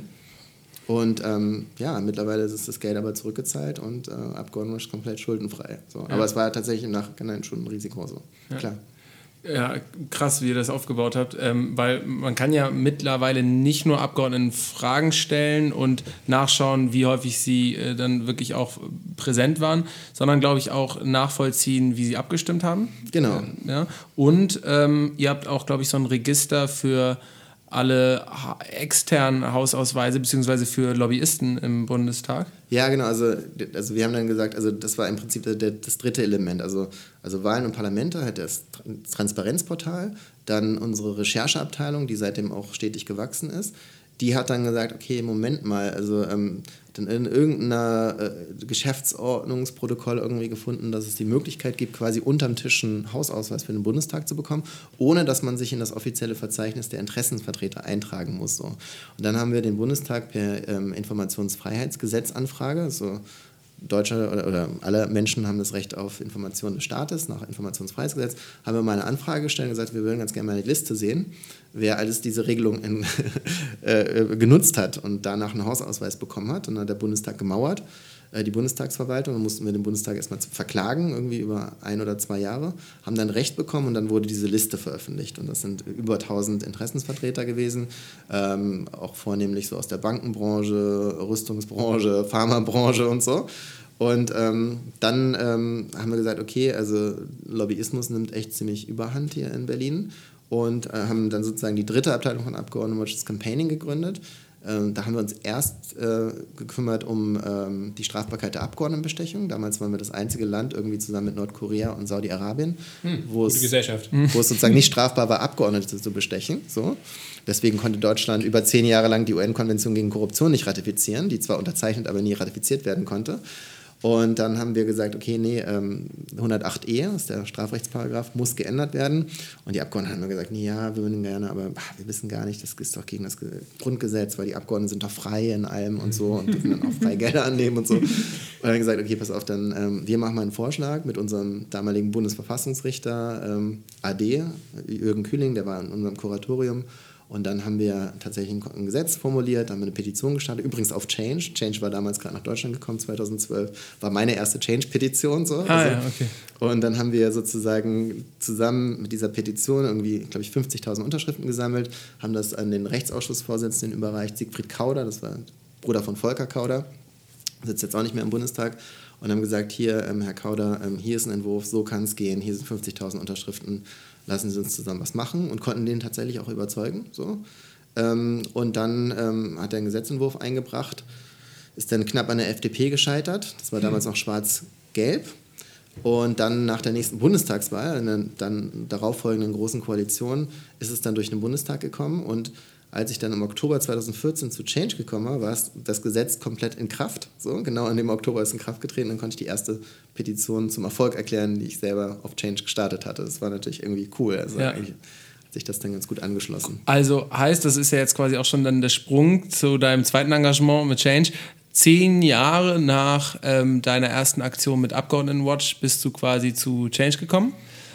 Und mittlerweile ist das Geld aber zurückgezahlt und Abgeordnetenwatch komplett schuldenfrei. So. Ja. Aber es war tatsächlich im Nachhinein schon ein Risiko. So. Ja. Klar. Ja, krass, wie ihr das aufgebaut habt, weil man kann ja mittlerweile nicht nur Abgeordneten Fragen stellen und nachschauen, wie häufig sie dann wirklich auch präsent waren, sondern, glaube ich, auch nachvollziehen, wie sie abgestimmt haben. Genau. Ja. Und ihr habt auch, glaube ich, so ein Register für alle externen Hausausweise beziehungsweise für Lobbyisten im Bundestag? Ja, genau. Also wir haben dann gesagt, also das war im Prinzip das dritte Element. Also Wahlen und Parlamente, halt das Transparenzportal, dann unsere Rechercheabteilung, die seitdem auch stetig gewachsen ist. Die hat dann gesagt, okay, Moment mal, also dann in irgendeiner Geschäftsordnungsprotokoll irgendwie gefunden, dass es die Möglichkeit gibt, quasi unterm Tisch einen Hausausweis für den Bundestag zu bekommen, ohne dass man sich in das offizielle Verzeichnis der Interessenvertreter eintragen muss. So. Und dann haben wir den Bundestag per Informationsfreiheitsgesetzanfrage, so Deutsche oder alle Menschen haben das Recht auf Information des Staates nach Informationsfreiheitsgesetz, haben wir mal eine Anfrage gestellt und gesagt, wir würden ganz gerne mal eine Liste sehen, wer alles diese Regelung genutzt hat und danach einen Hausausweis bekommen hat. Und dann hat der Bundestag gemauert, die Bundestagsverwaltung, dann mussten wir den Bundestag erstmal verklagen, irgendwie über 1 oder 2 Jahre, haben dann Recht bekommen und dann wurde diese Liste veröffentlicht. Und das sind über 1000 Interessensvertreter gewesen, auch vornehmlich so aus der Bankenbranche, Rüstungsbranche, Pharmabranche und so. Und dann haben wir gesagt, okay, also Lobbyismus nimmt echt ziemlich Überhand hier in Berlin und haben dann sozusagen die dritte Abteilung von Abgeordnetenwatch, das Campaigning, gegründet. Da haben wir uns erst gekümmert um die Strafbarkeit der Abgeordnetenbestechung. Damals waren wir das einzige Land, irgendwie zusammen mit Nordkorea und Saudi-Arabien, wo es sozusagen nicht strafbar war, Abgeordnete zu bestechen. So. Deswegen konnte Deutschland über 10 Jahre lang die UN-Konvention gegen Korruption nicht ratifizieren, die zwar unterzeichnet, aber nie ratifiziert werden konnte. Und dann haben wir gesagt, okay, nee, 108e, das ist der Strafrechtsparagraph, muss geändert werden. Und die Abgeordneten haben gesagt, nee, ja, wir würden gerne, aber wir wissen gar nicht, das ist doch gegen das Grundgesetz, weil die Abgeordneten sind doch frei in allem und so und dürfen dann auch freie Gelder annehmen und so. Und dann haben wir gesagt, okay, pass auf, dann wir machen mal einen Vorschlag mit unserem damaligen Bundesverfassungsrichter AD, Jürgen Kühling, der war in unserem Kuratorium. Und dann haben wir tatsächlich ein Gesetz formuliert, haben wir eine Petition gestartet, übrigens auf Change. Change war damals gerade nach Deutschland gekommen, 2012, war meine erste Change-Petition. So. Ja, okay. Und dann haben wir sozusagen zusammen mit dieser Petition irgendwie, glaube ich, 50.000 Unterschriften gesammelt, haben das an den Rechtsausschussvorsitzenden überreicht, Siegfried Kauder, das war Bruder von Volker Kauder, sitzt jetzt auch nicht mehr im Bundestag, und haben gesagt, hier, Herr Kauder, hier ist ein Entwurf, so kann es gehen, hier sind 50.000 Unterschriften, lassen Sie uns zusammen was machen, und konnten den tatsächlich auch überzeugen. So. Und dann hat er einen Gesetzentwurf eingebracht, ist dann knapp an der FDP gescheitert, das war damals noch schwarz-gelb. Und dann nach der nächsten Bundestagswahl, in der dann darauffolgenden großen Koalition, ist es dann durch den Bundestag gekommen. Und als ich dann im Oktober 2014 zu Change gekommen war, war das Gesetz komplett in Kraft. So, genau in dem Oktober ist es in Kraft getreten. Dann konnte ich die erste Petition zum Erfolg erklären, die ich selber auf Change gestartet hatte. Das war natürlich irgendwie cool. Also eigentlich hat sich das dann ganz gut angeschlossen. Also heißt, das ist ja jetzt quasi auch schon dann der Sprung zu deinem zweiten Engagement mit Change. 10 Jahre nach deiner ersten Aktion mit Abgeordnetenwatch bist du quasi zu Change gekommen.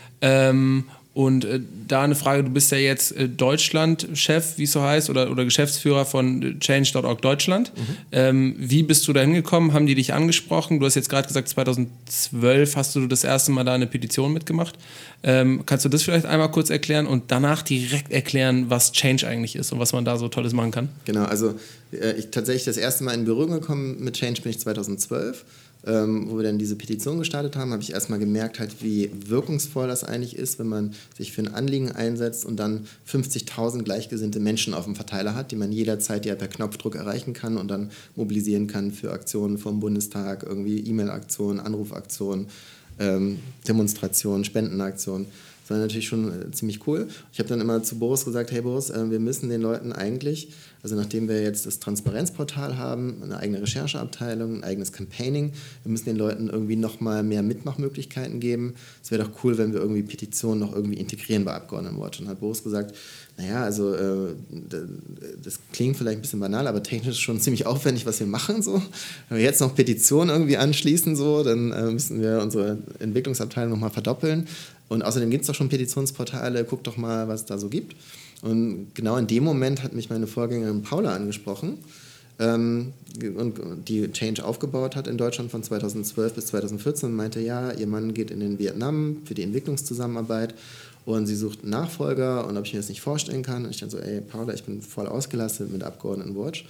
Und da eine Frage, du bist ja jetzt Deutschland-Chef, wie es so heißt, oder Geschäftsführer von Change.org Deutschland. Wie bist du da hingekommen? Haben die dich angesprochen? Du hast jetzt gerade gesagt, 2012 hast du das erste Mal da eine Petition mitgemacht. Kannst du das vielleicht einmal kurz erklären und danach direkt erklären, was Change eigentlich ist und was man da so Tolles machen kann? Genau, also ich tatsächlich das erste Mal in Berührung gekommen mit Change bin ich 2012. Wo wir dann diese Petition gestartet haben, habe ich erstmal gemerkt, halt, wie wirkungsvoll das eigentlich ist, wenn man sich für ein Anliegen einsetzt und dann 50.000 gleichgesinnte Menschen auf dem Verteiler hat, die man jederzeit ja per Knopfdruck erreichen kann und dann mobilisieren kann für Aktionen vom Bundestag, irgendwie E-Mail-Aktionen, Anrufaktionen, Demonstrationen, Spendenaktionen. Das war natürlich schon ziemlich cool. Ich habe dann immer zu Boris gesagt, hey Boris, wir müssen den Leuten eigentlich, also nachdem wir jetzt das Transparenzportal haben, eine eigene Rechercheabteilung, ein eigenes Campaigning, wir müssen den Leuten irgendwie nochmal mehr Mitmachmöglichkeiten geben. Es wäre doch cool, wenn wir irgendwie Petitionen noch irgendwie integrieren bei Abgeordnetenwatch. Und dann hat Boris gesagt, naja, also das klingt vielleicht ein bisschen banal, aber technisch schon ziemlich aufwendig, was wir machen. So. Wenn wir jetzt noch Petitionen irgendwie anschließen, so, dann müssen wir unsere Entwicklungsabteilung nochmal verdoppeln. Und außerdem gibt es doch schon Petitionsportale, guck doch mal, was es da so gibt. Und genau in dem Moment hat mich meine Vorgängerin Paula angesprochen, und die Change aufgebaut hat in Deutschland von 2012 bis 2014 und meinte, ja, ihr Mann geht in den Vietnam für die Entwicklungszusammenarbeit und sie sucht einen Nachfolger und ob ich mir das nicht vorstellen kann. Und ich dann so, ey Paula, ich bin voll ausgelastet mit Abgeordnetenwatch.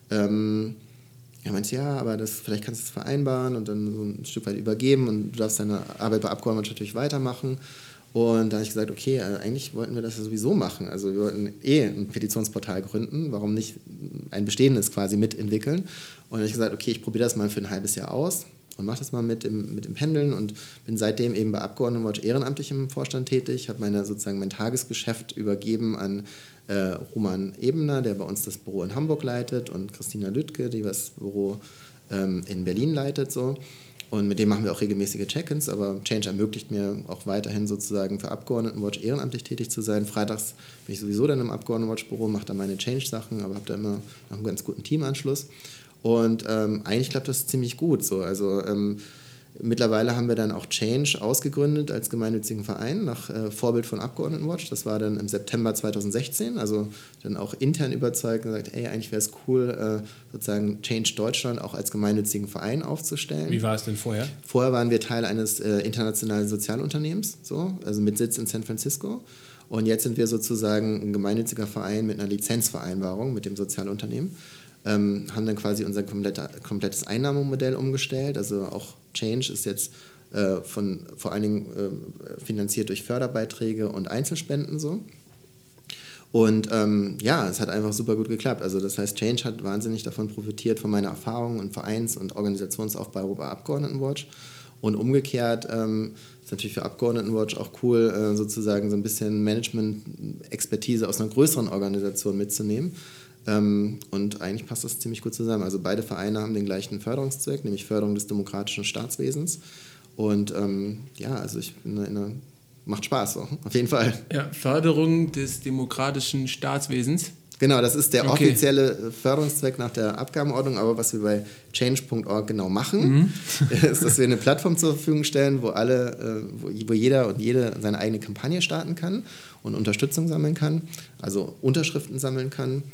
Er meinte, ja, aber vielleicht kannst du es vereinbaren und dann so ein Stück weit übergeben und du darfst deine Arbeit bei Abgeordneten natürlich weitermachen. Und da habe ich gesagt, okay, eigentlich wollten wir das ja sowieso machen. Also wir wollten ein Petitionsportal gründen, warum nicht ein bestehendes quasi mitentwickeln. Und dann habe ich gesagt, okay, ich probiere das mal für ein halbes Jahr aus und mache das mal mit dem Pendeln und bin seitdem eben bei Abgeordnetenwatch ehrenamtlich im Vorstand tätig, habe mein Tagesgeschäft übergeben an Roman Ebener, der bei uns das Büro in Hamburg leitet, und Christina Lüttke, die das Büro in Berlin leitet. So. Und mit dem machen wir auch regelmäßige Check-ins, aber Change ermöglicht mir auch weiterhin sozusagen für Abgeordnetenwatch ehrenamtlich tätig zu sein. Freitags bin ich sowieso dann im Abgeordnetenwatch-Büro, mache da meine Change-Sachen, aber habe da immer noch einen ganz guten Teamanschluss. Und eigentlich klappt das ziemlich gut. So. Also mittlerweile haben wir dann auch Change ausgegründet als gemeinnützigen Verein nach Vorbild von Abgeordnetenwatch. Das war dann im September 2016, also dann auch intern überzeugt und gesagt, ey, eigentlich wäre es cool, sozusagen Change Deutschland auch als gemeinnützigen Verein aufzustellen. Wie war es denn vorher? Vorher waren wir Teil eines internationalen Sozialunternehmens, so, also mit Sitz in San Francisco. Und jetzt sind wir sozusagen ein gemeinnütziger Verein mit einer Lizenzvereinbarung mit dem Sozialunternehmen. Haben dann quasi unser komplettes Einnahmenmodell umgestellt. Also auch Change ist jetzt vor allen Dingen finanziert durch Förderbeiträge und Einzelspenden so. Und es hat einfach super gut geklappt. Also das heißt, Change hat wahnsinnig davon profitiert, von meiner Erfahrung und Vereins- und Organisationsaufbau bei Abgeordnetenwatch. Und umgekehrt ist natürlich für Abgeordnetenwatch auch cool, sozusagen so ein bisschen Management-Expertise aus einer größeren Organisation mitzunehmen. Und eigentlich passt das ziemlich gut zusammen. Also beide Vereine haben den gleichen Förderungszweck, nämlich Förderung des demokratischen Staatswesens. Und also macht Spaß, so, auf jeden Fall. Ja, Förderung des demokratischen Staatswesens. Genau, das ist der offizielle Förderungszweck nach der Abgabenordnung, aber was wir bei change.org genau machen, ist, dass wir eine Plattform zur Verfügung stellen, wo jeder und jede seine eigene Kampagne starten kann und Unterstützung sammeln kann, also Unterschriften sammeln kann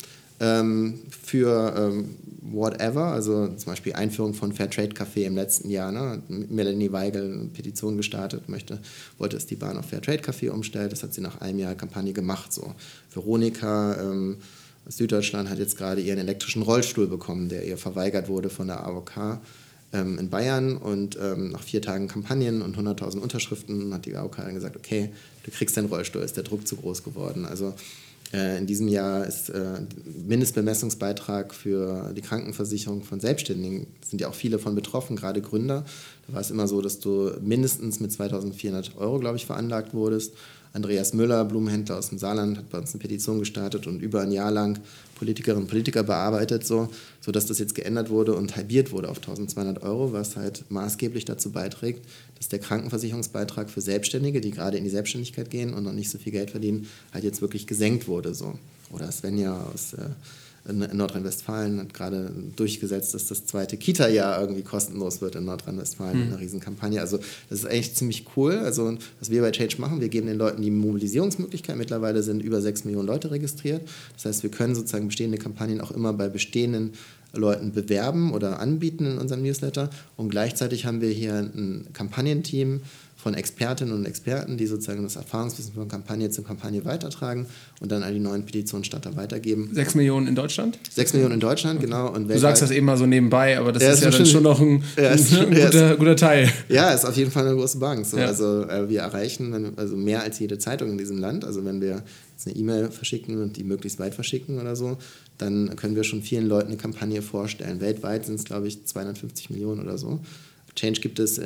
für whatever, also zum Beispiel Einführung von Fairtrade-Kaffee im letzten Jahr. Ne? Hat Melanie Weigel eine Petition gestartet, wollte, dass die Bahn auf Fairtrade-Kaffee umstellt. Das hat sie nach einem Jahr Kampagne gemacht. So. Veronika aus Süddeutschland hat jetzt gerade ihren elektrischen Rollstuhl bekommen, der ihr verweigert wurde von der AOK in Bayern. Und nach 4 Tagen Kampagnen und 100.000 Unterschriften hat die AOK dann gesagt, okay, du kriegst deinen Rollstuhl, ist der Druck zu groß geworden. Also in diesem Jahr ist Mindestbemessungsbeitrag für die Krankenversicherung von Selbstständigen, sind ja auch viele von betroffen, gerade Gründer. Da war es immer so, dass du mindestens mit 2.400 €, glaube ich, veranlagt wurdest. Andreas Müller, Blumenhändler aus dem Saarland, hat bei uns eine Petition gestartet und über ein Jahr lang Politikerinnen und Politiker bearbeitet, sodass das jetzt geändert wurde und halbiert wurde auf 1.200 €, was halt maßgeblich dazu beiträgt, dass der Krankenversicherungsbeitrag für Selbstständige, die gerade in die Selbstständigkeit gehen und noch nicht so viel Geld verdienen, halt jetzt wirklich gesenkt wurde. So. Oder Svenja aus in Nordrhein-Westfalen hat gerade durchgesetzt, dass das zweite Kita-Jahr irgendwie kostenlos wird in Nordrhein-Westfalen, in einer Riesenkampagne. Also das ist eigentlich ziemlich cool. Also was wir bei Change machen, wir geben den Leuten die Mobilisierungsmöglichkeit. Mittlerweile sind über 6 Millionen Leute registriert. Das heißt, wir können sozusagen bestehende Kampagnen auch immer bei bestehenden Leuten bewerben oder anbieten in unserem Newsletter. Und gleichzeitig haben wir hier ein Kampagnenteam von Expertinnen und Experten, die sozusagen das Erfahrungswissen von Kampagne zu Kampagne weitertragen und dann an die neuen Petitionsstatter weitergeben. 6 Millionen in Deutschland? 6 Millionen in Deutschland, genau. Und du sagst das eben mal so nebenbei, aber das ist ja dann schon noch ein guter Teil. Ja, ist auf jeden Fall eine große Bank. So. Ja. Also wir erreichen mehr als jede Zeitung in diesem Land. Also wenn wir jetzt eine E-Mail verschicken und die möglichst weit verschicken oder so, dann können wir schon vielen Leuten eine Kampagne vorstellen. Weltweit sind es, glaube ich, 250 Millionen oder so. Change gibt es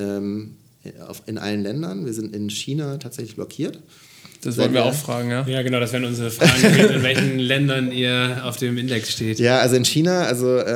in allen Ländern. Wir sind in China tatsächlich blockiert. Das wollen wir auch fragen, ja? Ja, genau, das wären unsere Fragen, in welchen Ländern ihr auf dem Index steht. Ja, also in China,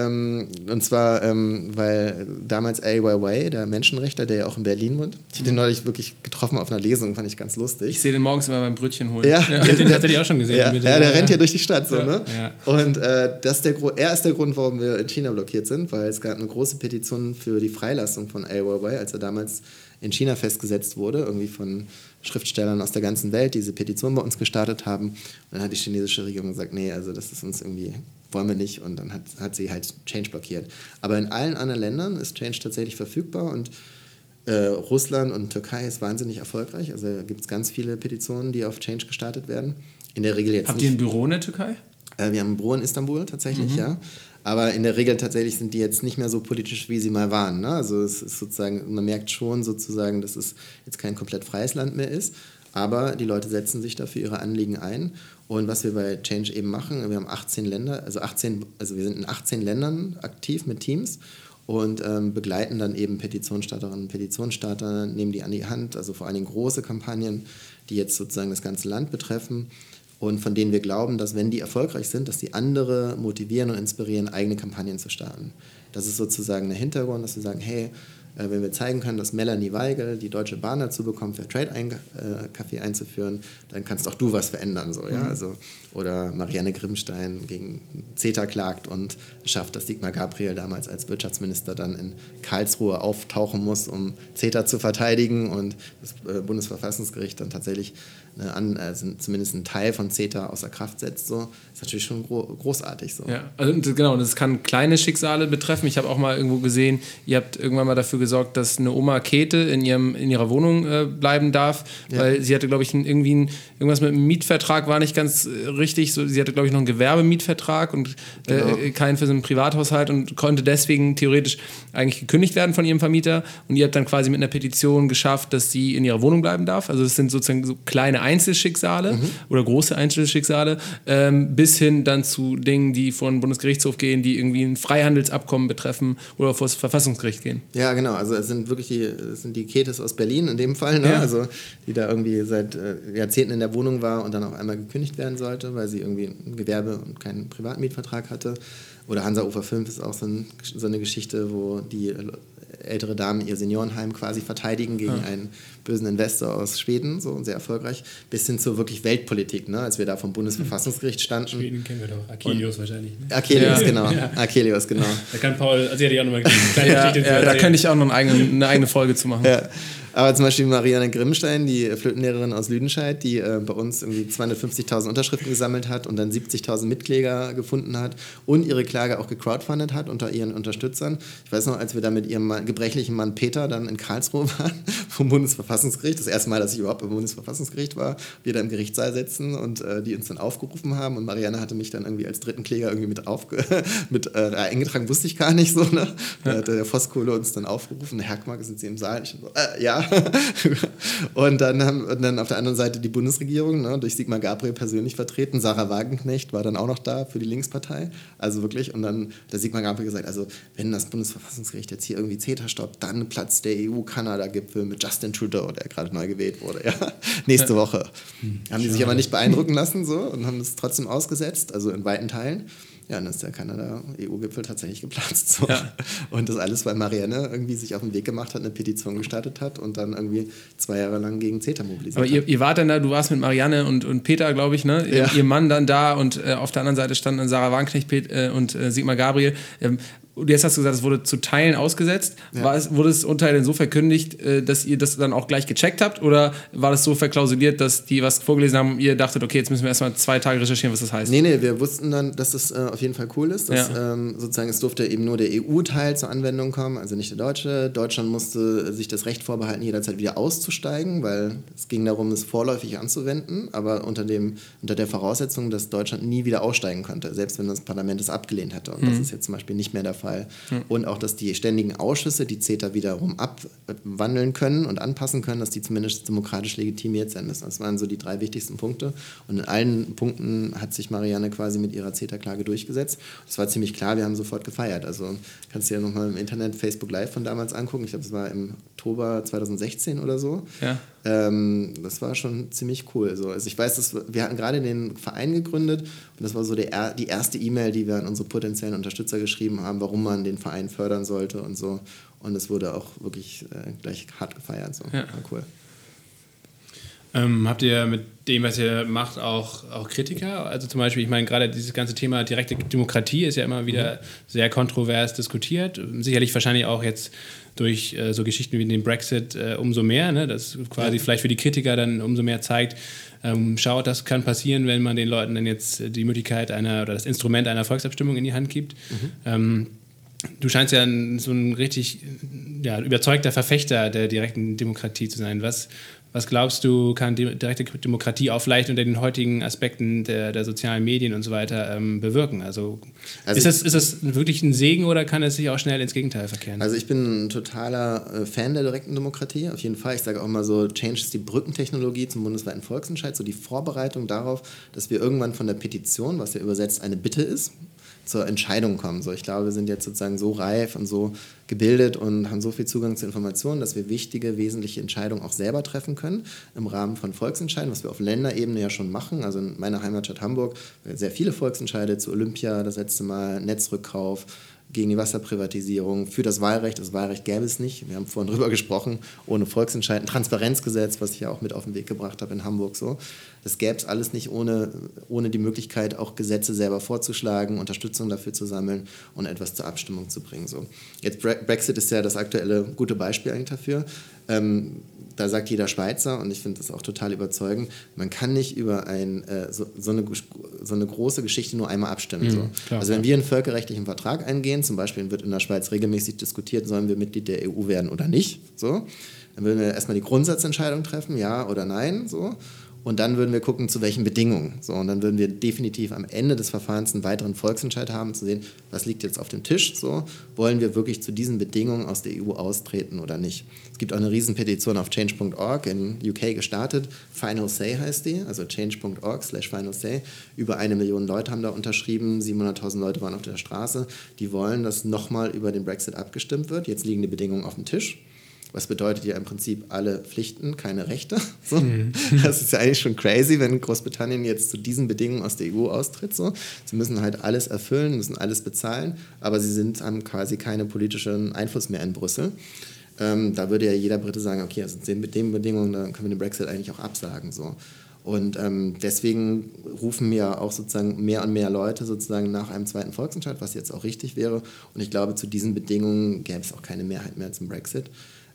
und zwar, weil damals Ai Weiwei, der Menschenrechtler, der ja auch in Berlin wohnt, ich habe den neulich wirklich getroffen auf einer Lesung, fand ich ganz lustig. Ich sehe den morgens immer beim Brötchen holen. Ja, den hat er die auch schon gesehen. Ja, der rennt hier durch die Stadt, so, ja. ne? Ja. Und er ist der Grund, warum wir in China blockiert sind, weil es gab eine große Petition für die Freilassung von Ai Weiwei, als er damals in China festgesetzt wurde, irgendwie von Schriftstellern aus der ganzen Welt, die diese Petition bei uns gestartet haben. Und dann hat die chinesische Regierung gesagt, nee, also das ist uns irgendwie, wollen wir nicht. Und dann hat sie halt Change blockiert. Aber in allen anderen Ländern ist Change tatsächlich verfügbar und Russland und Türkei ist wahnsinnig erfolgreich. Also gibt es ganz viele Petitionen, die auf Change gestartet werden. In der Regel jetzt Habt ihr ein Büro in der Türkei? Wir haben ein Büro in Istanbul tatsächlich, ja. Aber in der Regel tatsächlich sind die jetzt nicht mehr so politisch, wie sie mal waren. Ne? Also es ist sozusagen, man merkt schon sozusagen, dass es jetzt kein komplett freies Land mehr ist. Aber die Leute setzen sich dafür ihre Anliegen ein. Und was wir bei Change eben machen, wir haben 18 Länder, also wir sind in 18 Ländern aktiv mit Teams und begleiten dann eben Petitionsstarterinnen und Petitionsstarter, nehmen die an die Hand, also vor allen Dingen große Kampagnen, die jetzt sozusagen das ganze Land betreffen. Und von denen wir glauben, dass wenn die erfolgreich sind, dass die andere motivieren und inspirieren, eigene Kampagnen zu starten. Das ist sozusagen der Hintergrund, dass wir sagen, hey, wenn wir zeigen können, dass Melanie Weigel die Deutsche Bahn dazu bekommt, Fairtrade-Kaffee einzuführen, dann kannst auch du was verändern. So, ja? Also, oder Marianne Grimmstein gegen CETA klagt und schafft, dass Sigmar Gabriel damals als Wirtschaftsminister dann in Karlsruhe auftauchen muss, um CETA zu verteidigen und das Bundesverfassungsgericht dann tatsächlich zumindest einen Teil von CETA außer Kraft setzt. So. Ist natürlich schon großartig. So. Ja, also genau, das kann kleine Schicksale betreffen. Ich habe auch mal irgendwo gesehen, ihr habt irgendwann mal dafür gesorgt, dass eine Oma Käthe in ihrer Wohnung bleiben darf, weil sie hatte, glaube ich, irgendwas mit einem Mietvertrag war nicht ganz richtig. So, sie hatte, glaube ich, noch einen Gewerbemietvertrag und keinen für so einen Privathaushalt und konnte deswegen theoretisch eigentlich gekündigt werden von ihrem Vermieter. Und ihr habt dann quasi mit einer Petition geschafft, dass sie in ihrer Wohnung bleiben darf. Also das sind sozusagen so kleine Einzelschicksale oder große Einzelschicksale, bis hin dann zu Dingen, die vor den Bundesgerichtshof gehen, die irgendwie ein Freihandelsabkommen betreffen oder vor das Verfassungsgericht gehen. Ja, genau. Also es sind wirklich die Käthes aus Berlin in dem Fall, ne? Ja. Also die da irgendwie seit Jahrzehnten in der Wohnung war und dann auf einmal gekündigt werden sollte, weil sie irgendwie ein Gewerbe- und keinen Privatmietvertrag hatte. Oder Hansa-Ufer 5 ist auch so eine Geschichte, wo die ältere Damen ihr Seniorenheim quasi verteidigen gegen einen bösen Investor aus Schweden, so sehr erfolgreich, bis hin zur wirklich Weltpolitik, ne? Als wir da vom Bundesverfassungsgericht standen. Schweden kennen wir doch, Akelius wahrscheinlich. Ne? Akelius, genau. Ja. Akelius, genau. Da kann Paul, also hätte ich auch nochmal eine kleine Geschichte zu erzählen. Da könnte ich auch noch eine eigene Folge zu machen. Ja. Aber zum Beispiel Marianne Grimmstein, die Flötenlehrerin aus Lüdenscheid, die bei uns irgendwie 250.000 Unterschriften gesammelt hat und dann 70.000 Mitkläger gefunden hat und ihre Klage auch gecrowdfundet hat unter ihren Unterstützern. Ich weiß noch, als wir da mit ihrem gebrechlichen Mann Peter dann in Karlsruhe waren, vom Bundesverfassungsgericht, das erste Mal, dass ich überhaupt beim Bundesverfassungsgericht war, wir da im Gerichtssaal sitzen und die uns dann aufgerufen haben und Marianne hatte mich dann irgendwie als dritten Kläger irgendwie mit eingetragen, wusste ich gar nicht so, ne? Da hat der Voskuhle uns dann aufgerufen, Herr Hackmark, sind Sie im Saal? Ich so, ja. Und dann auf der anderen Seite die Bundesregierung, ne, durch Sigmar Gabriel persönlich vertreten. Sarah Wagenknecht war dann auch noch da für die Linkspartei. Also wirklich. Und dann hat der Sigmar Gabriel gesagt, also wenn das Bundesverfassungsgericht jetzt hier irgendwie CETA stoppt, dann platzt der EU-Kanada-Gipfel mit Justin Trudeau, der gerade neu gewählt wurde. Ja. Nächste Woche. Haben die sich aber nicht beeindrucken lassen so, und haben es trotzdem ausgesetzt, also in weiten Teilen. Ja, und dann ist der Kanada-EU-Gipfel tatsächlich geplatzt. So. Ja. Und das alles, weil Marianne irgendwie sich auf den Weg gemacht hat, eine Petition gestartet hat und dann irgendwie 2 Jahre lang gegen CETA mobilisiert Aber hat. ihr wart dann da, du warst mit Marianne und Peter, glaube ich, ne? Ja. Ihr Mann dann da und auf der anderen Seite standen dann Sarah Wagenknecht und Sigmar Gabriel. Und jetzt hast du gesagt, es wurde zu Teilen ausgesetzt. Ja. Wurde das Urteil denn so verkündigt, dass ihr das dann auch gleich gecheckt habt? Oder war das so verklausuliert, dass die was vorgelesen haben und ihr dachtet, okay, jetzt müssen wir erstmal 2 Tage recherchieren, was das heißt? Nee, wir wussten dann, dass das auf jeden Fall cool ist. Dass, sozusagen, es durfte eben nur der EU-Teil zur Anwendung kommen, also nicht der deutsche. Deutschland musste sich das Recht vorbehalten, jederzeit wieder auszusteigen, weil es ging darum, es vorläufig anzuwenden, aber unter der Voraussetzung, dass Deutschland nie wieder aussteigen könnte, selbst wenn das Parlament es abgelehnt hätte. Und das ist jetzt zum Beispiel nicht mehr der Fall. Und auch, dass die ständigen Ausschüsse, die CETA wiederum abwandeln können und anpassen können, dass die zumindest demokratisch legitimiert sein müssen. Das waren so die 3 wichtigsten Punkte. Und in allen Punkten hat sich Marianne quasi mit ihrer CETA-Klage durchgesetzt. Das war ziemlich klar, wir haben sofort gefeiert. Also kannst du dir ja nochmal im Internet Facebook Live von damals angucken. Ich glaube, das war im Oktober 2016 oder so. Ja. Das war schon ziemlich cool. So. Also ich weiß, wir hatten gerade den Verein gegründet und das war so die erste E-Mail, die wir an unsere potenziellen Unterstützer geschrieben haben, warum man den Verein fördern sollte und so. Und es wurde auch wirklich gleich hart gefeiert. So. Ja. War cool. Habt ihr mit dem, was ihr macht, auch Kritiker? Also zum Beispiel, ich meine, gerade dieses ganze Thema direkte Demokratie ist ja immer wieder sehr kontrovers diskutiert. Sicherlich wahrscheinlich auch jetzt durch so Geschichten wie den Brexit umso mehr, ne? Das quasi vielleicht für die Kritiker dann umso mehr zeigt, schaut, das kann passieren, wenn man den Leuten dann jetzt die Möglichkeit oder das Instrument einer Volksabstimmung in die Hand gibt. Du scheinst ja so ein richtig überzeugter Verfechter der direkten Demokratie zu sein. Was glaubst du, kann direkte Demokratie auch vielleicht unter den heutigen Aspekten der sozialen Medien und so weiter bewirken? Also ist das wirklich ein Segen oder kann es sich auch schnell ins Gegenteil verkehren? Also ich bin ein totaler Fan der direkten Demokratie, auf jeden Fall. Ich sage auch immer so, Change ist die Brückentechnologie zum bundesweiten Volksentscheid, so die Vorbereitung darauf, dass wir irgendwann von der Petition, was ja übersetzt eine Bitte ist, zur Entscheidung kommen. So, ich glaube, wir sind jetzt sozusagen so reif und so gebildet und haben so viel Zugang zu Informationen, dass wir wichtige, wesentliche Entscheidungen auch selber treffen können im Rahmen von Volksentscheiden, was wir auf Länderebene ja schon machen. Also in meiner Heimatstadt Hamburg sehr viele Volksentscheide zu Olympia, das letzte Mal Netzrückkauf, gegen die Wasserprivatisierung, für das Wahlrecht. Das Wahlrecht gäbe es nicht. Wir haben vorhin drüber gesprochen, ohne Volksentscheid. Ein Transparenzgesetz, was ich ja auch mit auf den Weg gebracht habe in Hamburg. So. Das gäbe es alles nicht ohne die Möglichkeit, auch Gesetze selber vorzuschlagen, Unterstützung dafür zu sammeln und etwas zur Abstimmung zu bringen. So. Jetzt Brexit ist ja das aktuelle gute Beispiel eigentlich dafür. Da sagt jeder Schweizer, und ich finde das auch total überzeugend, man kann nicht über so eine große Geschichte nur einmal abstimmen. So. Klar, also wenn wir einen völkerrechtlichen Vertrag eingehen, zum Beispiel wird in der Schweiz regelmäßig diskutiert, sollen wir Mitglied der EU werden oder nicht, so, dann würden wir erstmal die Grundsatzentscheidung treffen, ja oder nein, so. Und dann würden wir gucken, zu welchen Bedingungen. So, und dann würden wir definitiv am Ende des Verfahrens einen weiteren Volksentscheid haben, zu sehen, was liegt jetzt auf dem Tisch. So, wollen wir wirklich zu diesen Bedingungen aus der EU austreten oder nicht? Es gibt auch eine Riesenpetition auf change.org in UK gestartet. Final Say heißt die, also change.org/Final Say. Über 1 Million Leute haben da unterschrieben, 700.000 Leute waren auf der Straße. Die wollen, dass nochmal über den Brexit abgestimmt wird. Jetzt liegen die Bedingungen auf dem Tisch. Was bedeutet ja im Prinzip alle Pflichten, keine Rechte. So. Das ist ja eigentlich schon crazy, wenn Großbritannien jetzt zu diesen Bedingungen aus der EU austritt. So. Sie müssen halt alles erfüllen, müssen alles bezahlen, aber haben quasi keinen politischen Einfluss mehr in Brüssel. Da würde ja jeder Brite sagen, okay, also mit den Bedingungen, dann können wir den Brexit eigentlich auch absagen. So. Und deswegen rufen mir auch sozusagen mehr und mehr Leute sozusagen nach einem zweiten Volksentscheid, was jetzt auch richtig wäre. Und ich glaube, zu diesen Bedingungen gäbe es auch keine Mehrheit mehr zum Brexit.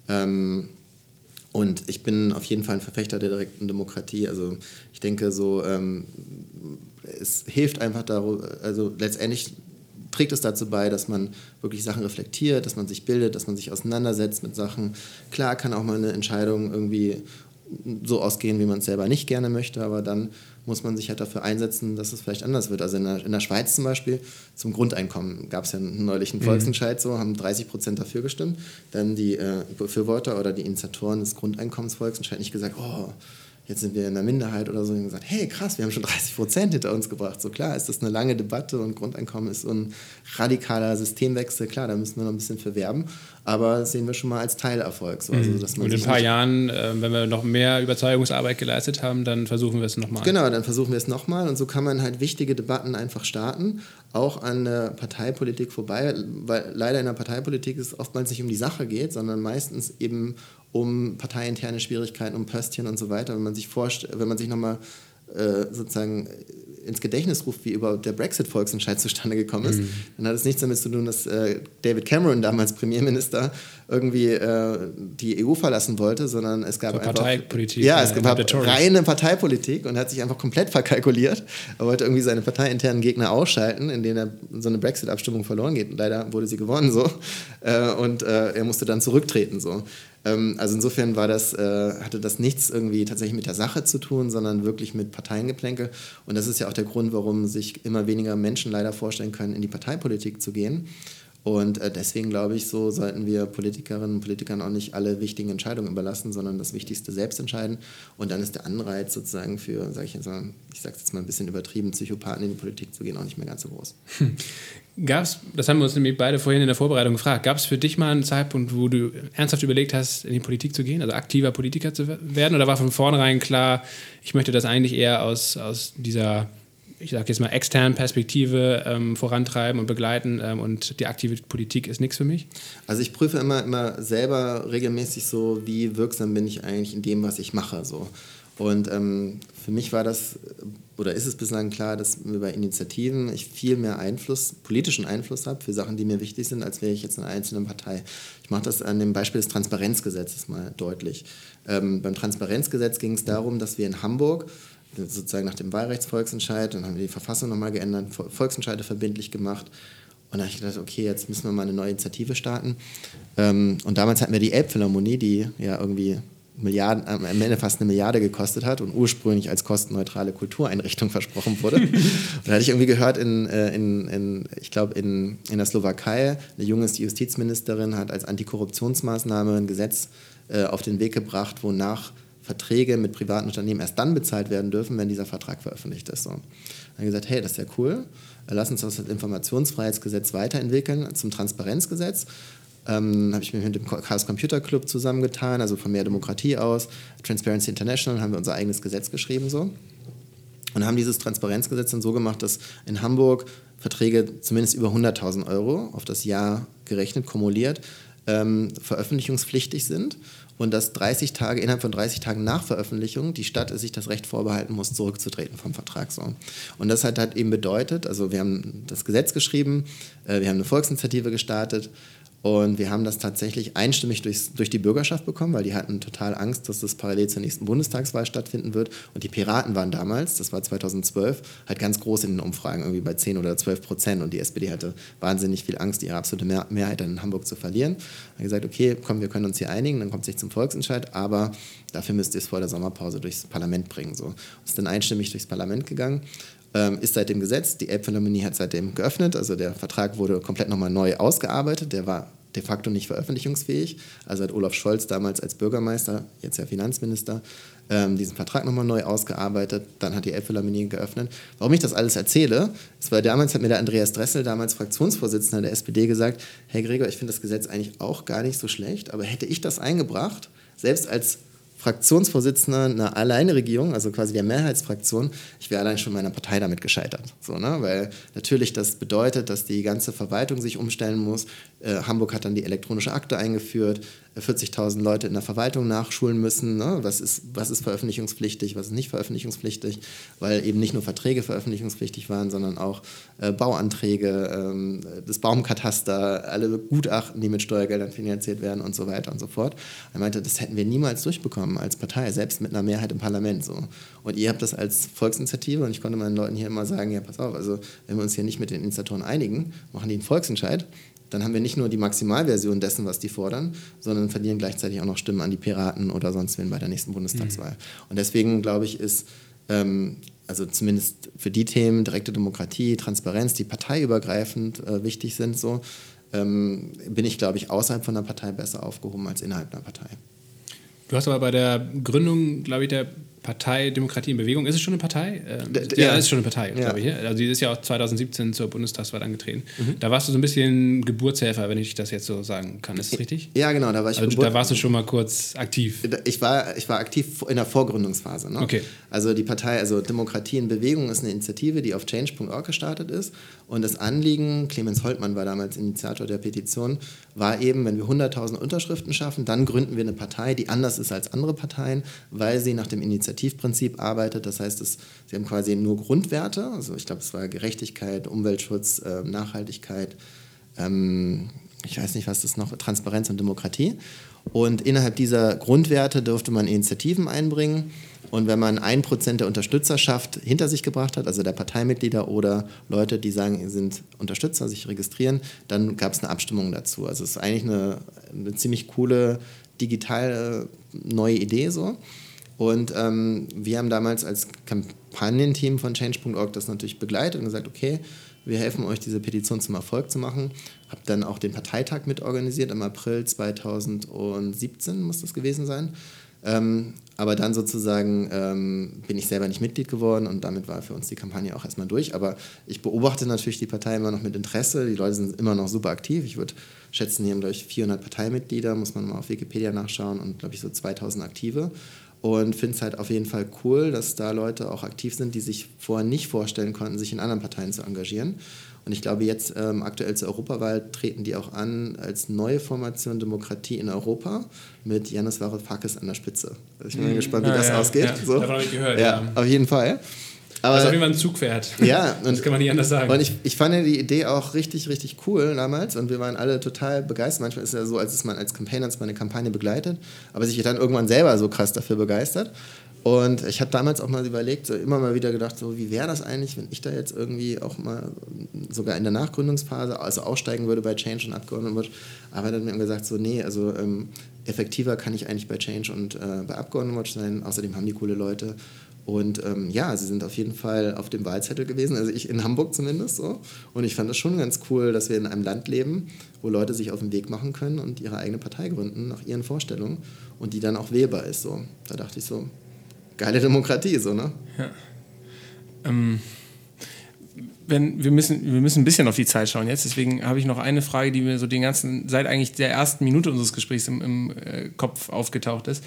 Und ich bin auf jeden Fall ein Verfechter der direkten Demokratie. Also ich denke so, es hilft einfach also letztendlich trägt es dazu bei, dass man wirklich Sachen reflektiert, dass man sich bildet, dass man sich auseinandersetzt mit Sachen. Klar kann auch mal eine Entscheidung irgendwie so ausgehen, wie man es selber nicht gerne möchte, aber dann muss man sich halt dafür einsetzen, dass es vielleicht anders wird. Also in der Schweiz zum Beispiel zum Grundeinkommen gab es ja neulich einen Volksentscheid, so haben 30% dafür gestimmt. Dann die Befürworter oder die Initiatoren des Grundeinkommensvolksentscheids nicht gesagt, oh, jetzt sind wir in der Minderheit oder so, und gesagt, hey krass, wir haben schon 30% hinter uns gebracht. So klar ist das eine lange Debatte und Grundeinkommen ist so ein radikaler Systemwechsel, klar, da müssen wir noch ein bisschen für werben. aber das sehen wir schon mal als Teilerfolg. So. Also, dass man und in ein paar Jahren, wenn wir noch mehr Überzeugungsarbeit geleistet haben, dann versuchen wir es nochmal. Genau, dann versuchen wir es nochmal und so kann man halt wichtige Debatten einfach starten, auch an der Parteipolitik vorbei, weil leider in der Parteipolitik es oftmals nicht um die Sache geht, sondern meistens eben um parteiinterne Schwierigkeiten, um Pöstchen und so weiter. Wenn man sich nochmal sozusagen ins Gedächtnis ruft, wie überhaupt der Brexit-Volksentscheid zustande gekommen ist, dann hat es nichts damit zu tun, dass David Cameron, damals Premierminister, irgendwie die EU verlassen wollte, sondern es gab einfach Parteipolitik. Ja, es gab reine Parteipolitik und er hat sich einfach komplett verkalkuliert. Er wollte irgendwie seine parteiinternen Gegner ausschalten, indem er so eine Brexit-Abstimmung verloren geht. Und leider wurde sie gewonnen so. Und er musste dann zurücktreten so. Also insofern hatte das nichts irgendwie tatsächlich mit der Sache zu tun, sondern wirklich mit Parteiengeplänkel. Und das ist ja auch der Grund, warum sich immer weniger Menschen leider vorstellen können, in die Parteipolitik zu gehen. Und deswegen glaube ich, so sollten wir Politikerinnen und Politikern auch nicht alle wichtigen Entscheidungen überlassen, sondern das Wichtigste selbst entscheiden. Und dann ist der Anreiz sozusagen für, ich sage es jetzt mal ein bisschen übertrieben, Psychopathen in die Politik zu gehen, auch nicht mehr ganz so groß. Gab's, das haben wir uns nämlich beide vorhin in der Vorbereitung gefragt, gab es für dich mal einen Zeitpunkt, wo du ernsthaft überlegt hast, in die Politik zu gehen, also aktiver Politiker zu werden? Oder war von vornherein klar, ich möchte das eigentlich eher aus dieser, ich sage jetzt mal, externen Perspektive vorantreiben und begleiten und die aktive Politik ist nichts für mich? Also ich prüfe immer selber regelmäßig so, wie wirksam bin ich eigentlich in dem, was ich mache. So. Und für mich war das, oder ist es bislang klar, dass mir bei Initiativen ich viel mehr politischen Einfluss habe für Sachen, die mir wichtig sind, als wäre ich jetzt in einer einzelnen Partei. Ich mache das an dem Beispiel des Transparenzgesetzes mal deutlich. Beim Transparenzgesetz ging es darum, dass wir in Hamburg sozusagen nach dem Wahlrechtsvolksentscheid, dann haben wir die Verfassung nochmal geändert, Volksentscheide verbindlich gemacht. Und dann habe ich gedacht, okay, jetzt müssen wir mal eine neue Initiative starten. Und damals hatten wir die Elbphilharmonie, die ja irgendwie am Ende fast 1 Milliarde gekostet hat und ursprünglich als kostenneutrale Kultureinrichtung versprochen wurde. Und da hatte ich irgendwie gehört, ich glaube in der Slowakei, eine junge Justizministerin hat als Antikorruptionsmaßnahme ein Gesetz auf den Weg gebracht, wonach Verträge mit privaten Unternehmen erst dann bezahlt werden dürfen, wenn dieser Vertrag veröffentlicht ist. So. Dann haben wir gesagt, hey, das ist ja cool, lass uns das Informationsfreiheitsgesetz weiterentwickeln zum Transparenzgesetz. Habe ich mich mit dem Chaos Computer Club zusammengetan, also von Mehr Demokratie aus, Transparency International, haben wir unser eigenes Gesetz geschrieben so. Und haben dieses Transparenzgesetz dann so gemacht, dass in Hamburg Verträge zumindest über 100.000 Euro auf das Jahr gerechnet, kumuliert, veröffentlichungspflichtig sind und dass innerhalb von 30 Tagen nach Veröffentlichung die Stadt sich das Recht vorbehalten muss, zurückzutreten vom Vertrag. So. Und das hat eben bedeutet, also wir haben das Gesetz geschrieben, wir haben eine Volksinitiative gestartet und wir haben das tatsächlich einstimmig durch die Bürgerschaft bekommen, weil die hatten total Angst, dass das parallel zur nächsten Bundestagswahl stattfinden wird. Und die Piraten waren damals, das war 2012, halt ganz groß in den Umfragen, irgendwie bei 10 oder 12%. Und die SPD hatte wahnsinnig viel Angst, ihre absolute Mehrheit dann in Hamburg zu verlieren. Haben gesagt, okay, komm, wir können uns hier einigen, dann kommt es nicht zum Volksentscheid, aber dafür müsst ihr es vor der Sommerpause durchs Parlament bringen. So. Ist dann einstimmig durchs Parlament gegangen. Ist seitdem gesetzt, die Elbphilharmonie hat seitdem geöffnet, also der Vertrag wurde komplett nochmal neu ausgearbeitet, der war de facto nicht veröffentlichungsfähig, also hat Olaf Scholz damals als Bürgermeister, jetzt ja Finanzminister, diesen Vertrag nochmal neu ausgearbeitet, dann hat die Elbphilharmonie geöffnet. Warum ich das alles erzähle, ist, weil damals hat mir der Andreas Dressel, damals Fraktionsvorsitzender der SPD, gesagt, Herr Gregor, ich finde das Gesetz eigentlich auch gar nicht so schlecht, aber hätte ich das eingebracht, selbst als Fraktionsvorsitzender einer Alleinregierung, also quasi der Mehrheitsfraktion, ich wäre allein schon meiner Partei damit gescheitert. So, ne? Weil natürlich das bedeutet, dass die ganze Verwaltung sich umstellen muss. Hamburg hat dann die elektronische Akte eingeführt, 40.000 Leute in der Verwaltung nachschulen müssen. Ne? Was ist veröffentlichungspflichtig, was ist nicht veröffentlichungspflichtig, weil eben nicht nur Verträge veröffentlichungspflichtig waren, sondern auch Bauanträge, das Baumkataster, alle Gutachten, die mit Steuergeldern finanziert werden und so weiter und so fort. Er meinte, das hätten wir niemals durchbekommen als Partei, selbst mit einer Mehrheit im Parlament. So. Und ihr habt das als Volksinitiative und ich konnte meinen Leuten hier immer sagen, ja, pass auf, also wenn wir uns hier nicht mit den Initiatoren einigen, machen die einen Volksentscheid, dann haben wir nicht nur die Maximalversion dessen, was die fordern, sondern verlieren gleichzeitig auch noch Stimmen an die Piraten oder sonst wen bei der nächsten Bundestagswahl. Und deswegen, glaube ich, ist also zumindest für die Themen direkte Demokratie, Transparenz, die parteiübergreifend wichtig sind, so, bin ich, glaube ich, außerhalb von der Partei besser aufgehoben als innerhalb einer Partei. Du hast aber bei der Gründung, glaube ich, der Partei Demokratie in Bewegung. Ist es schon eine Partei? Ja, ist schon eine Partei, glaube ich. Also die ist ja auch 2017 zur Bundestagswahl angetreten. Da warst du so ein bisschen Geburtshelfer, wenn ich das jetzt so sagen kann. Ist das richtig? Ja, genau. Da war ich da warst du schon mal kurz aktiv. Ich war aktiv in der Vorgründungsphase. Ne? Okay. Also die Partei, also Demokratie in Bewegung ist eine Initiative, die auf change.org gestartet ist. Und das Anliegen, Clemens Holtmann war damals Initiator der Petition, war eben, wenn wir 100.000 Unterschriften schaffen, dann gründen wir eine Partei, die anders ist als andere Parteien, weil sie nach dem Initiativprinzip arbeitet. Das heißt, sie haben quasi nur Grundwerte. Also ich glaube, es war Gerechtigkeit, Umweltschutz, Nachhaltigkeit, ich weiß nicht, was das noch, Transparenz und Demokratie. Und innerhalb dieser Grundwerte durfte man Initiativen einbringen. Und wenn man 1% der Unterstützerschaft hinter sich gebracht hat, also der Parteimitglieder oder Leute, die sagen, sie sind Unterstützer, sich registrieren, dann gab es eine Abstimmung dazu. Also es ist eigentlich eine ziemlich coole, digital neue Idee so. Und wir haben damals als Kampagnenteam von change.org das natürlich begleitet und gesagt, okay, wir helfen euch, diese Petition zum Erfolg zu machen. Habe dann auch den Parteitag mitorganisiert, im April 2017 muss das gewesen sein. Aber dann sozusagen bin ich selber nicht Mitglied geworden und damit war für uns die Kampagne auch erstmal durch. Aber ich beobachte natürlich die Partei immer noch mit Interesse. Die Leute sind immer noch super aktiv. Ich würde schätzen, hier haben, glaube ich, 400 Parteimitglieder, muss man mal auf Wikipedia nachschauen und, glaube ich, so 2000 Aktive. Und finde es halt auf jeden Fall cool, dass da Leute auch aktiv sind, die sich vorher nicht vorstellen konnten, sich in anderen Parteien zu engagieren. Und ich glaube, jetzt aktuell zur Europawahl treten die auch an als neue Formation Demokratie in Europa mit Yanis Varoufakis an der Spitze. Also ich bin mal gespannt, wie das ausgeht. Ja, so. Davon habe ich gehört. Ja, auf jeden Fall. Aber, also wie man einen Zug fährt. Ja, und, das kann man nicht anders sagen. Und ich fand die Idee auch richtig, richtig cool damals und wir waren alle total begeistert. Manchmal ist es ja so, als man als Campaigner eine Kampagne begleitet, aber sich dann irgendwann selber so krass dafür begeistert. Und ich habe damals auch mal überlegt, so immer mal wieder gedacht, so wie wäre das eigentlich, wenn ich da jetzt irgendwie auch mal sogar in der Nachgründungsphase also aussteigen würde bei Change und Abgeordnetenwatch. Aber dann haben wir gesagt, so nee, also effektiver kann ich eigentlich bei Change und bei Abgeordnetenwatch sein. Außerdem haben die coole Leute. Und ja, sie sind auf jeden Fall auf dem Wahlzettel gewesen, also ich in Hamburg zumindest so. Und ich fand das schon ganz cool, dass wir in einem Land leben, wo Leute sich auf den Weg machen können und ihre eigene Partei gründen nach ihren Vorstellungen und die dann auch wählbar ist. So. Da dachte ich so, geile Demokratie, so, ne? Ja. Wir müssen ein bisschen auf die Zeit schauen jetzt, deswegen habe ich noch eine Frage, die mir so seit eigentlich der ersten Minute unseres Gesprächs im Kopf aufgetaucht ist.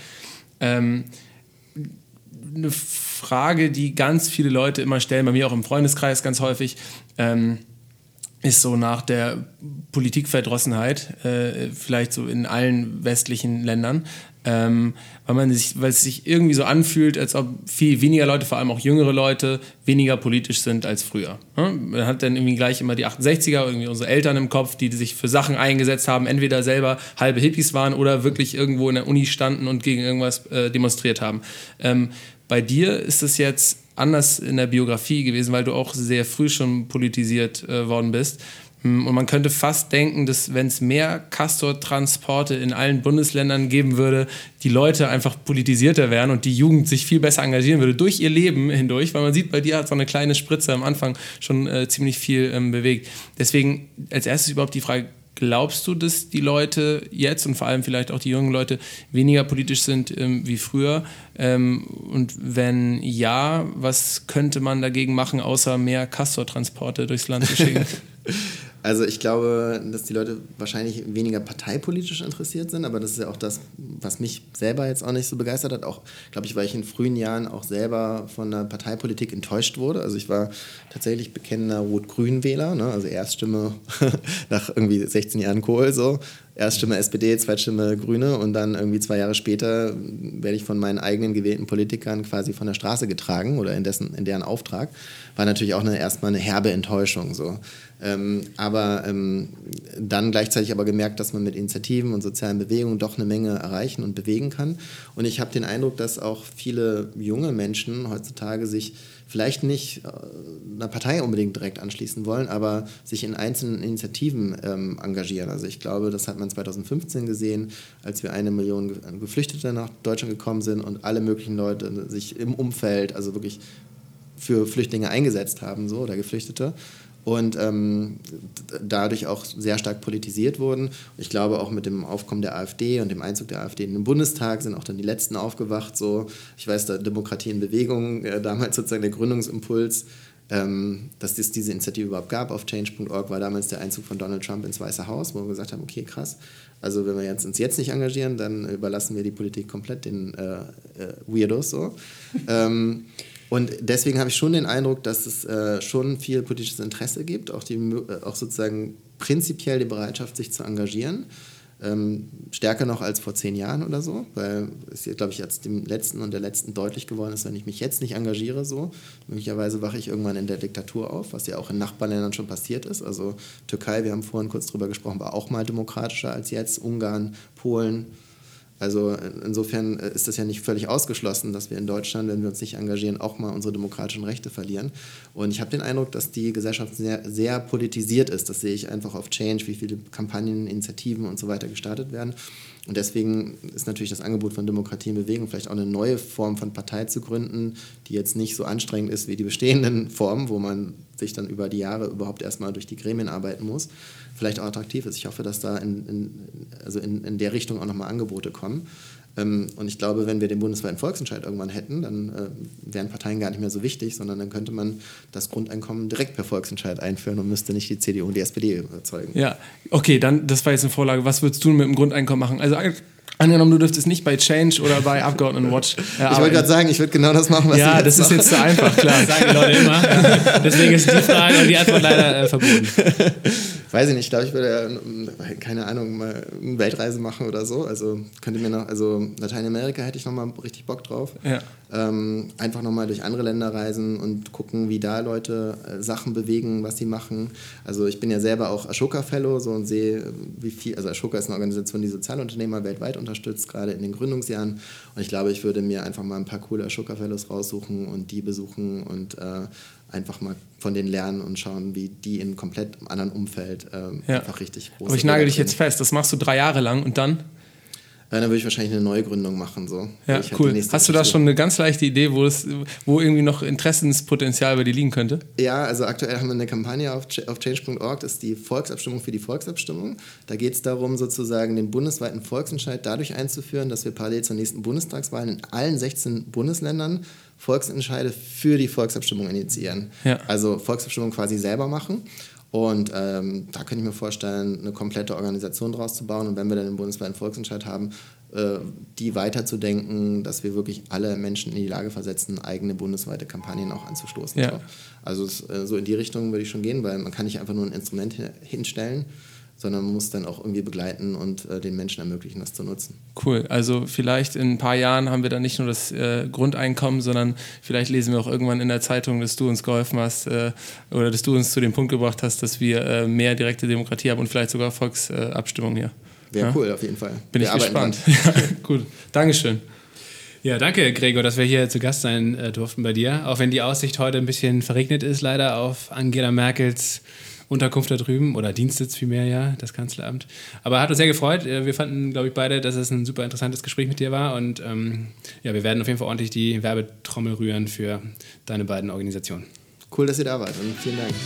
Eine Frage, die ganz viele Leute immer stellen, bei mir auch im Freundeskreis ganz häufig, ist so nach der Politikverdrossenheit, vielleicht so in allen westlichen Ländern, weil es sich irgendwie so anfühlt, als ob viel weniger Leute, vor allem auch jüngere Leute, weniger politisch sind als früher. Man hat dann irgendwie gleich immer die 68er, irgendwie unsere Eltern im Kopf, die sich für Sachen eingesetzt haben, entweder selber halbe Hippies waren oder wirklich irgendwo in der Uni standen und gegen irgendwas demonstriert haben. Bei dir ist es jetzt anders in der Biografie gewesen, weil du auch sehr früh schon politisiert worden bist. Und man könnte fast denken, dass wenn es mehr Castor-Transporte in allen Bundesländern geben würde, die Leute einfach politisierter wären und die Jugend sich viel besser engagieren würde durch ihr Leben hindurch, weil man sieht, bei dir hat so eine kleine Spritze am Anfang schon ziemlich viel bewegt. Deswegen als erstes überhaupt die Frage, glaubst du, dass die Leute jetzt und vor allem vielleicht auch die jungen Leute weniger politisch sind wie früher? Und wenn ja, was könnte man dagegen machen, außer mehr Castor-Transporte durchs Land zu schicken? Also ich glaube, dass die Leute wahrscheinlich weniger parteipolitisch interessiert sind, aber das ist ja auch das, was mich selber jetzt auch nicht so begeistert hat. Auch, glaube ich, weil ich in frühen Jahren auch selber von der Parteipolitik enttäuscht wurde. Also ich war tatsächlich bekennender Rot-Grün-Wähler, ne? Also Erststimme nach irgendwie 16 Jahren Kohl so. Erststimme SPD, Zweitstimme Grüne und dann irgendwie 2 Jahre später werde ich von meinen eigenen gewählten Politikern quasi von der Straße getragen oder in deren Auftrag. War natürlich auch erstmal eine herbe Enttäuschung. So. Aber dann gleichzeitig aber gemerkt, dass man mit Initiativen und sozialen Bewegungen doch eine Menge erreichen und bewegen kann. Und ich habe den Eindruck, dass auch viele junge Menschen heutzutage sich vielleicht nicht einer Partei unbedingt direkt anschließen wollen, aber sich in einzelnen Initiativen engagieren. Also ich glaube, das hat man 2015 gesehen, als wir 1 Million Geflüchtete nach Deutschland gekommen sind und alle möglichen Leute sich im Umfeld, also wirklich für Flüchtlinge eingesetzt haben, so, oder Geflüchtete. und dadurch auch sehr stark politisiert wurden. Ich glaube, auch mit dem Aufkommen der AfD und dem Einzug der AfD in den Bundestag sind auch dann die Letzten aufgewacht. So. Ich weiß, da Demokratie in Bewegung, damals sozusagen der Gründungsimpuls, dass es diese Initiative überhaupt gab auf change.org, war damals der Einzug von Donald Trump ins Weiße Haus, wo wir gesagt haben, okay, krass, also wenn wir uns jetzt nicht engagieren, dann überlassen wir die Politik komplett den Weirdos so. Und deswegen habe ich schon den Eindruck, dass es schon viel politisches Interesse gibt, auch sozusagen prinzipiell die Bereitschaft, sich zu engagieren. Stärker noch als vor 10 Jahren oder so, weil es hier, glaube ich, jetzt dem Letzten und der Letzten deutlich geworden ist, wenn ich mich jetzt nicht engagiere, so, möglicherweise wache ich irgendwann in der Diktatur auf, was ja auch in Nachbarländern schon passiert ist. Also Türkei, wir haben vorhin kurz drüber gesprochen, war auch mal demokratischer als jetzt, Ungarn, Polen. Also insofern ist das ja nicht völlig ausgeschlossen, dass wir in Deutschland, wenn wir uns nicht engagieren, auch mal unsere demokratischen Rechte verlieren. Und ich habe den Eindruck, dass die Gesellschaft sehr, sehr politisiert ist. Das sehe ich einfach auf Change, wie viele Kampagnen, Initiativen und so weiter gestartet werden. Und deswegen ist natürlich das Angebot von Demokratie in Bewegung vielleicht auch eine neue Form von Partei zu gründen, die jetzt nicht so anstrengend ist wie die bestehenden Formen, wo man sich dann über die Jahre überhaupt erstmal durch die Gremien arbeiten muss, vielleicht auch attraktiv ist. Ich hoffe, dass da in der Richtung auch nochmal Angebote kommen. Und ich glaube, wenn wir den bundesweiten Volksentscheid irgendwann hätten, dann wären Parteien gar nicht mehr so wichtig, sondern dann könnte man das Grundeinkommen direkt per Volksentscheid einführen und müsste nicht die CDU und die SPD überzeugen. Ja, okay, dann, das war jetzt eine Vorlage. Was würdest du mit dem Grundeinkommen machen? Also angenommen, du dürftest nicht bei Change oder bei Abgeordnetenwatch ich wollte gerade sagen, ich würde genau das machen, was ja, das ist jetzt zu einfach, klar. Das sagen die Leute immer. Deswegen ist die Frage und die Antwort leider verboten. Weiß ich nicht, ich glaube, ich würde, keine Ahnung, mal eine Weltreise machen oder so. Also könnte mir noch, also Lateinamerika hätte ich nochmal richtig Bock drauf. Ja. Einfach nochmal durch andere Länder reisen und gucken, wie da Leute Sachen bewegen, was sie machen. Also ich bin ja selber auch Ashoka Fellow so und sehe, wie viel, also Ashoka ist eine Organisation, die Sozialunternehmer weltweit unterstützt, gerade in den Gründungsjahren. Und ich glaube, ich würde mir einfach mal ein paar coole Ashoka Fellows raussuchen und die besuchen und einfach mal von denen lernen und schauen, wie die in komplett anderen Umfeld einfach richtig groß sind. Aber ich nagel dich jetzt fest, das machst du 3 Jahre lang und dann? Dann würde ich wahrscheinlich eine Neugründung machen. So. Ja, cool. Hast du da schon eine ganz leichte Idee, wo irgendwie noch Interessenspotenzial bei dir liegen könnte? Ja, also aktuell haben wir eine Kampagne auf change.org, das ist die Volksabstimmung für die Volksabstimmung. Da geht es darum, sozusagen den bundesweiten Volksentscheid dadurch einzuführen, dass wir parallel zur nächsten Bundestagswahl in allen 16 Bundesländern Volksentscheide für die Volksabstimmung initiieren. Ja. Also Volksabstimmung quasi selber machen. Und da könnte ich mir vorstellen, eine komplette Organisation draus zu bauen. Und wenn wir dann den bundesweiten Volksentscheid haben, die weiterzudenken, dass wir wirklich alle Menschen in die Lage versetzen, eigene bundesweite Kampagnen auch anzustoßen. Ja. Also so in die Richtung würde ich schon gehen, weil man kann nicht einfach nur ein Instrument hinstellen, sondern man muss dann auch irgendwie begleiten und den Menschen ermöglichen, das zu nutzen. Cool, also vielleicht in ein paar Jahren haben wir dann nicht nur das Grundeinkommen, sondern vielleicht lesen wir auch irgendwann in der Zeitung, dass du uns geholfen hast oder dass du uns zu dem Punkt gebracht hast, dass wir mehr direkte Demokratie haben und vielleicht sogar Volksabstimmung hier. Wäre cool, auf jeden Fall. Bin ich gespannt. Ja, cool, Dankeschön. Ja, danke Gregor, dass wir hier zu Gast sein durften bei dir, auch wenn die Aussicht heute ein bisschen verregnet ist, leider auf Angela Merkels Unterkunft da drüben oder Dienstsitz vielmehr, ja, das Kanzleramt. Aber hat uns sehr gefreut. Wir fanden, glaube ich, beide, dass es ein super interessantes Gespräch mit dir war und wir werden auf jeden Fall ordentlich die Werbetrommel rühren für deine beiden Organisationen. Cool, dass ihr da wart und vielen Dank.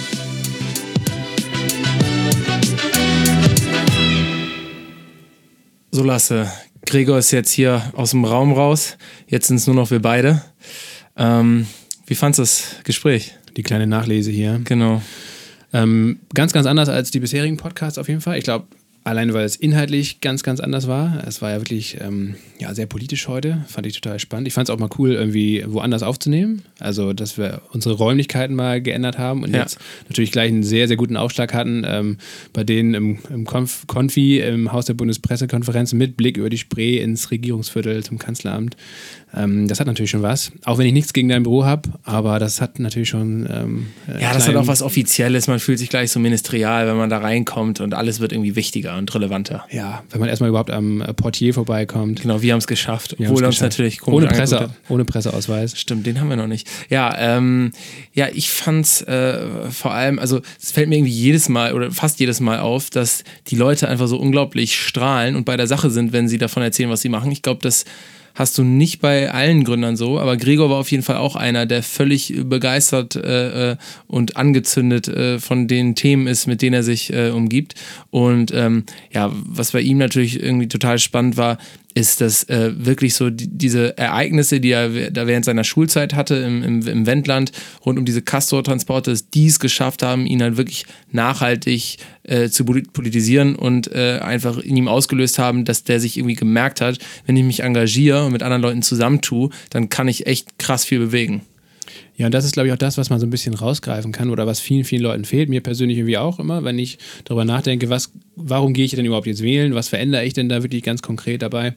So, Lasse, Gregor ist jetzt hier aus dem Raum raus. Jetzt sind es nur noch wir beide. Wie fandst du das Gespräch? Die kleine Nachlese hier. Genau. Ganz, ganz anders als die bisherigen Podcasts auf jeden Fall. Ich glaube, alleine weil es inhaltlich ganz, ganz anders war. Es war ja wirklich sehr politisch heute. Fand ich total spannend. Ich fand es auch mal cool, irgendwie woanders aufzunehmen. Also, dass wir unsere Räumlichkeiten mal geändert haben und jetzt natürlich gleich einen sehr, sehr guten Aufschlag hatten. Bei denen im Konfi, im Haus der Bundespressekonferenz mit Blick über die Spree ins Regierungsviertel zum Kanzleramt. Das hat natürlich schon was. Auch wenn ich nichts gegen dein Büro habe, aber das hat natürlich schon... das hat auch was Offizielles. Man fühlt sich gleich so ministerial, wenn man da reinkommt und alles wird irgendwie wichtiger und relevanter. Ja, wenn man erstmal überhaupt am Portier vorbeikommt. Genau, wir haben es geschafft. Obwohl uns natürlich komisch ohne Presseausweis. Stimmt, den haben wir noch nicht. Ja, ich fand's vor allem, also es fällt mir irgendwie jedes Mal oder fast jedes Mal auf, dass die Leute einfach so unglaublich strahlen und bei der Sache sind, wenn sie davon erzählen, was sie machen. Ich glaube, das hast du nicht bei allen Gründern so, aber Gregor war auf jeden Fall auch einer, der völlig begeistert und angezündet von den Themen ist, mit denen er sich umgibt. Und was bei ihm natürlich irgendwie total spannend war, ist, dass wirklich so diese Ereignisse, die er da während seiner Schulzeit hatte im Wendland, rund um diese Castor-Transporte, dass die es geschafft haben, ihn halt wirklich nachhaltig zu politisieren und einfach in ihm ausgelöst haben, dass der sich irgendwie gemerkt hat, wenn ich mich engagiere und mit anderen Leuten zusammentue, dann kann ich echt krass viel bewegen. Ja, und das ist, glaube ich, auch das, was man so ein bisschen rausgreifen kann oder was vielen, vielen Leuten fehlt. Mir persönlich irgendwie auch immer, wenn ich darüber nachdenke, warum gehe ich denn überhaupt jetzt wählen? Was verändere ich denn da wirklich ganz konkret dabei?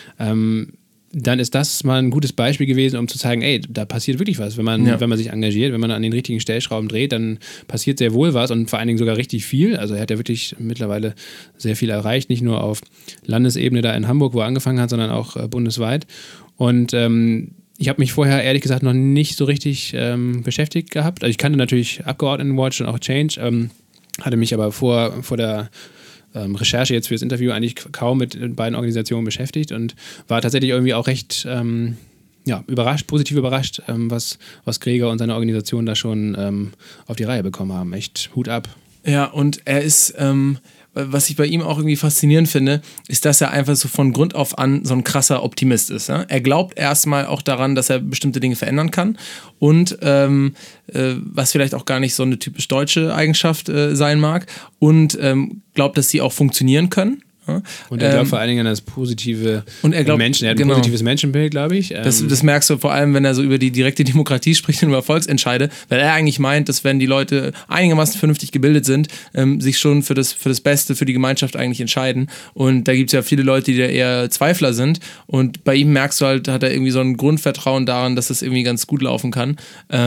Dann ist das mal ein gutes Beispiel gewesen, um zu zeigen, ey, da passiert wirklich was. Wenn man sich engagiert, wenn man an den richtigen Stellschrauben dreht, dann passiert sehr wohl was und vor allen Dingen sogar richtig viel. Also er hat ja wirklich mittlerweile sehr viel erreicht, nicht nur auf Landesebene da in Hamburg, wo er angefangen hat, sondern auch bundesweit. Und ich habe mich vorher ehrlich gesagt noch nicht so richtig beschäftigt gehabt. Also ich kannte natürlich Abgeordnetenwatch und auch Change, hatte mich aber vor der Recherche jetzt für das Interview eigentlich kaum mit beiden Organisationen beschäftigt und war tatsächlich irgendwie auch recht positiv überrascht, was Gregor und seine Organisation da schon auf die Reihe bekommen haben. Echt Hut ab. Ja, und er ist... was ich bei ihm auch irgendwie faszinierend finde, ist, dass er einfach so von Grund auf an so ein krasser Optimist ist. Ja? Er glaubt erstmal auch daran, dass er bestimmte Dinge verändern kann und was vielleicht auch gar nicht so eine typisch deutsche Eigenschaft sein mag und glaubt, dass sie auch funktionieren können. Ja? Und er glaubt vor allen Dingen an das positive Menschen. Er hat ein positives Menschenbild, glaube ich. Das merkst du vor allem, wenn er so über die direkte Demokratie spricht und über Volksentscheide, weil er eigentlich meint, dass wenn die Leute einigermaßen vernünftig gebildet sind, sich schon für das Beste, für die Gemeinschaft eigentlich entscheiden. Und da gibt es ja viele Leute, die da eher Zweifler sind. Und bei ihm merkst du halt, hat er irgendwie so ein Grundvertrauen daran, dass das irgendwie ganz gut laufen kann.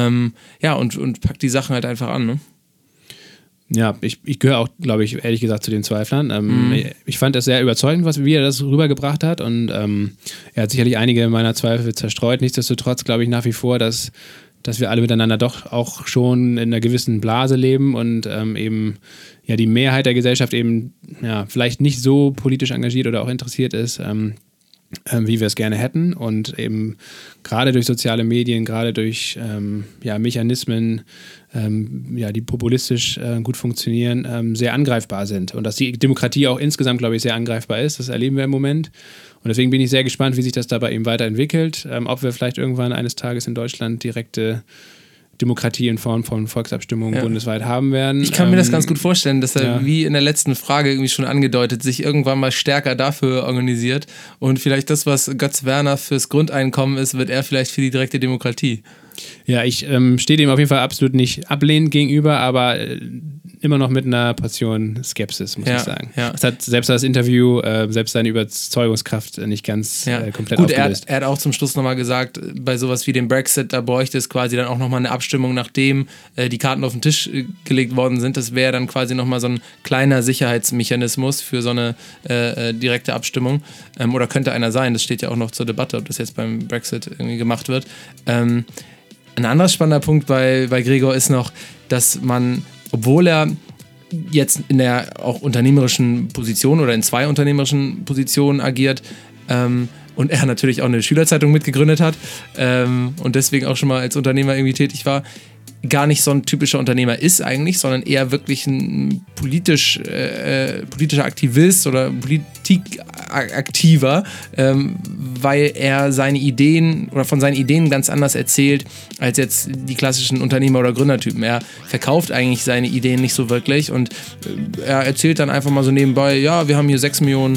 Und packt die Sachen halt einfach an, ne? Ja, ich gehöre auch, glaube ich, ehrlich gesagt zu den Zweiflern. Ich fand das sehr überzeugend, wie er das rübergebracht hat und er hat sicherlich einige meiner Zweifel zerstreut. Nichtsdestotrotz glaube ich nach wie vor, dass wir alle miteinander doch auch schon in einer gewissen Blase leben und eben ja die Mehrheit der Gesellschaft eben ja vielleicht nicht so politisch engagiert oder auch interessiert ist, wie wir es gerne hätten und eben gerade durch soziale Medien, gerade durch Mechanismen, die populistisch gut funktionieren, sehr angreifbar sind und dass die Demokratie auch insgesamt, glaube ich, sehr angreifbar ist. Das erleben wir im Moment und deswegen bin ich sehr gespannt, wie sich das dabei eben weiterentwickelt, ob wir vielleicht irgendwann eines Tages in Deutschland direkte Demokratie in Form von Volksabstimmungen bundesweit haben werden. Ich kann mir das ganz gut vorstellen, dass er, wie in der letzten Frage irgendwie schon angedeutet, sich irgendwann mal stärker dafür organisiert und vielleicht das, was Götz Werner fürs Grundeinkommen ist, wird er vielleicht für die direkte Demokratie. Ja, ich stehe dem auf jeden Fall absolut nicht ablehnend gegenüber, aber immer noch mit einer Portion Skepsis, muss ich sagen. Ja. Es hat selbst das Interview, selbst seine Überzeugungskraft nicht ganz komplett aufgelöst. Er hat auch zum Schluss nochmal gesagt, bei sowas wie dem Brexit, da bräuchte es quasi dann auch nochmal eine Abstimmung, nachdem die Karten auf den Tisch gelegt worden sind. Das wäre dann quasi nochmal so ein kleiner Sicherheitsmechanismus für so eine direkte Abstimmung. Oder könnte einer sein, das steht ja auch noch zur Debatte, ob das jetzt beim Brexit irgendwie gemacht wird. Ein anderer spannender Punkt bei Gregor ist noch, dass man, obwohl er jetzt in der auch unternehmerischen Position oder in 2 unternehmerischen Positionen agiert und er natürlich auch eine Schülerzeitung mitgegründet hat und deswegen auch schon mal als Unternehmer irgendwie tätig war, gar nicht so ein typischer Unternehmer ist eigentlich, sondern eher wirklich ein politischer Aktivist oder Politikaktiver, weil er seine Ideen oder von seinen Ideen ganz anders erzählt als jetzt die klassischen Unternehmer- oder Gründertypen. Er verkauft eigentlich seine Ideen nicht so wirklich und er erzählt dann einfach mal so nebenbei, ja, wir haben hier 6 Millionen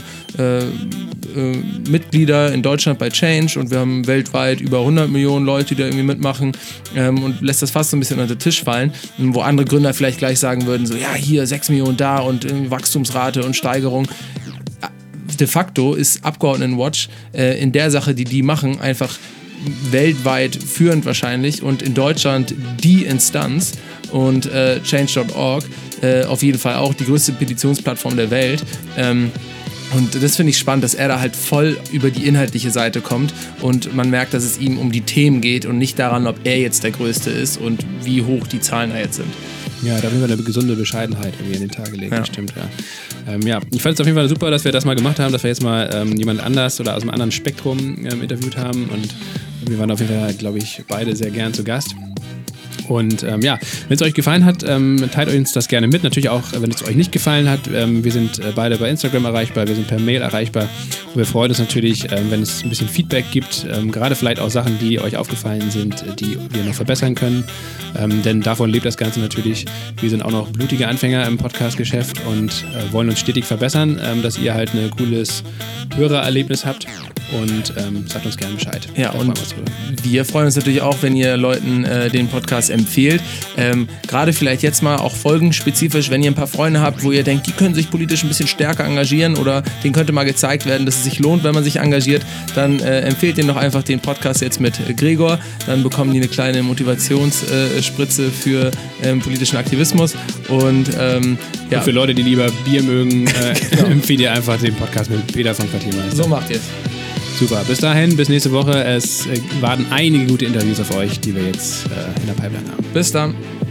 Mitglieder in Deutschland bei Change und wir haben weltweit über 100 Millionen Leute, die da irgendwie mitmachen und lässt das fast so ein bisschen unter den Tisch fallen, wo andere Gründer vielleicht gleich sagen würden, so ja, hier 6 Millionen da und Wachstumsrate und Steigerung. De facto ist Abgeordnetenwatch in der Sache, die machen, einfach weltweit führend wahrscheinlich und in Deutschland die Instanz und Change.org auf jeden Fall auch die größte Petitionsplattform der Welt. Und das finde ich spannend, dass er da halt voll über die inhaltliche Seite kommt und man merkt, dass es ihm um die Themen geht und nicht daran, ob er jetzt der Größte ist und wie hoch die Zahlen da jetzt sind. Ja, da haben wir eine gesunde Bescheidenheit irgendwie an den Tag gelegt, das stimmt, ja. Ich fand es auf jeden Fall super, dass wir das mal gemacht haben, dass wir jetzt mal jemand anders oder aus einem anderen Spektrum interviewt haben und wir waren auf jeden Fall, glaube ich, beide sehr gern zu Gast. Und wenn es euch gefallen hat, teilt uns das gerne mit. Natürlich auch, wenn es euch nicht gefallen hat. Wir sind beide bei Instagram erreichbar, wir sind per Mail erreichbar. Und wir freuen uns natürlich, wenn es ein bisschen Feedback gibt, gerade vielleicht auch Sachen, die euch aufgefallen sind, die wir noch verbessern können. Denn davon lebt das Ganze natürlich. Wir sind auch noch blutige Anfänger im Podcast-Geschäft und wollen uns stetig verbessern, dass ihr halt ein cooles Hörererlebnis habt. Und sagt uns gerne Bescheid. Ja, und wir freuen uns natürlich auch, wenn ihr Leuten den Podcast empfehlt. Gerade vielleicht jetzt mal auch folgenspezifisch, wenn ihr ein paar Freunde habt, wo ihr denkt, die können sich politisch ein bisschen stärker engagieren oder denen könnte mal gezeigt werden, dass es sich lohnt, wenn man sich engagiert, dann empfehlt denen doch einfach den Podcast jetzt mit Gregor. Dann bekommen die eine kleine Motivationsspritze für politischen Aktivismus. Und für Leute, die lieber Bier mögen, empfehlt ihr einfach den Podcast mit Peter von Quartiermeister. So macht ihr es. Super, bis dahin, bis nächste Woche. Es warten einige gute Interviews auf euch, die wir jetzt in der Pipeline haben. Bis dann.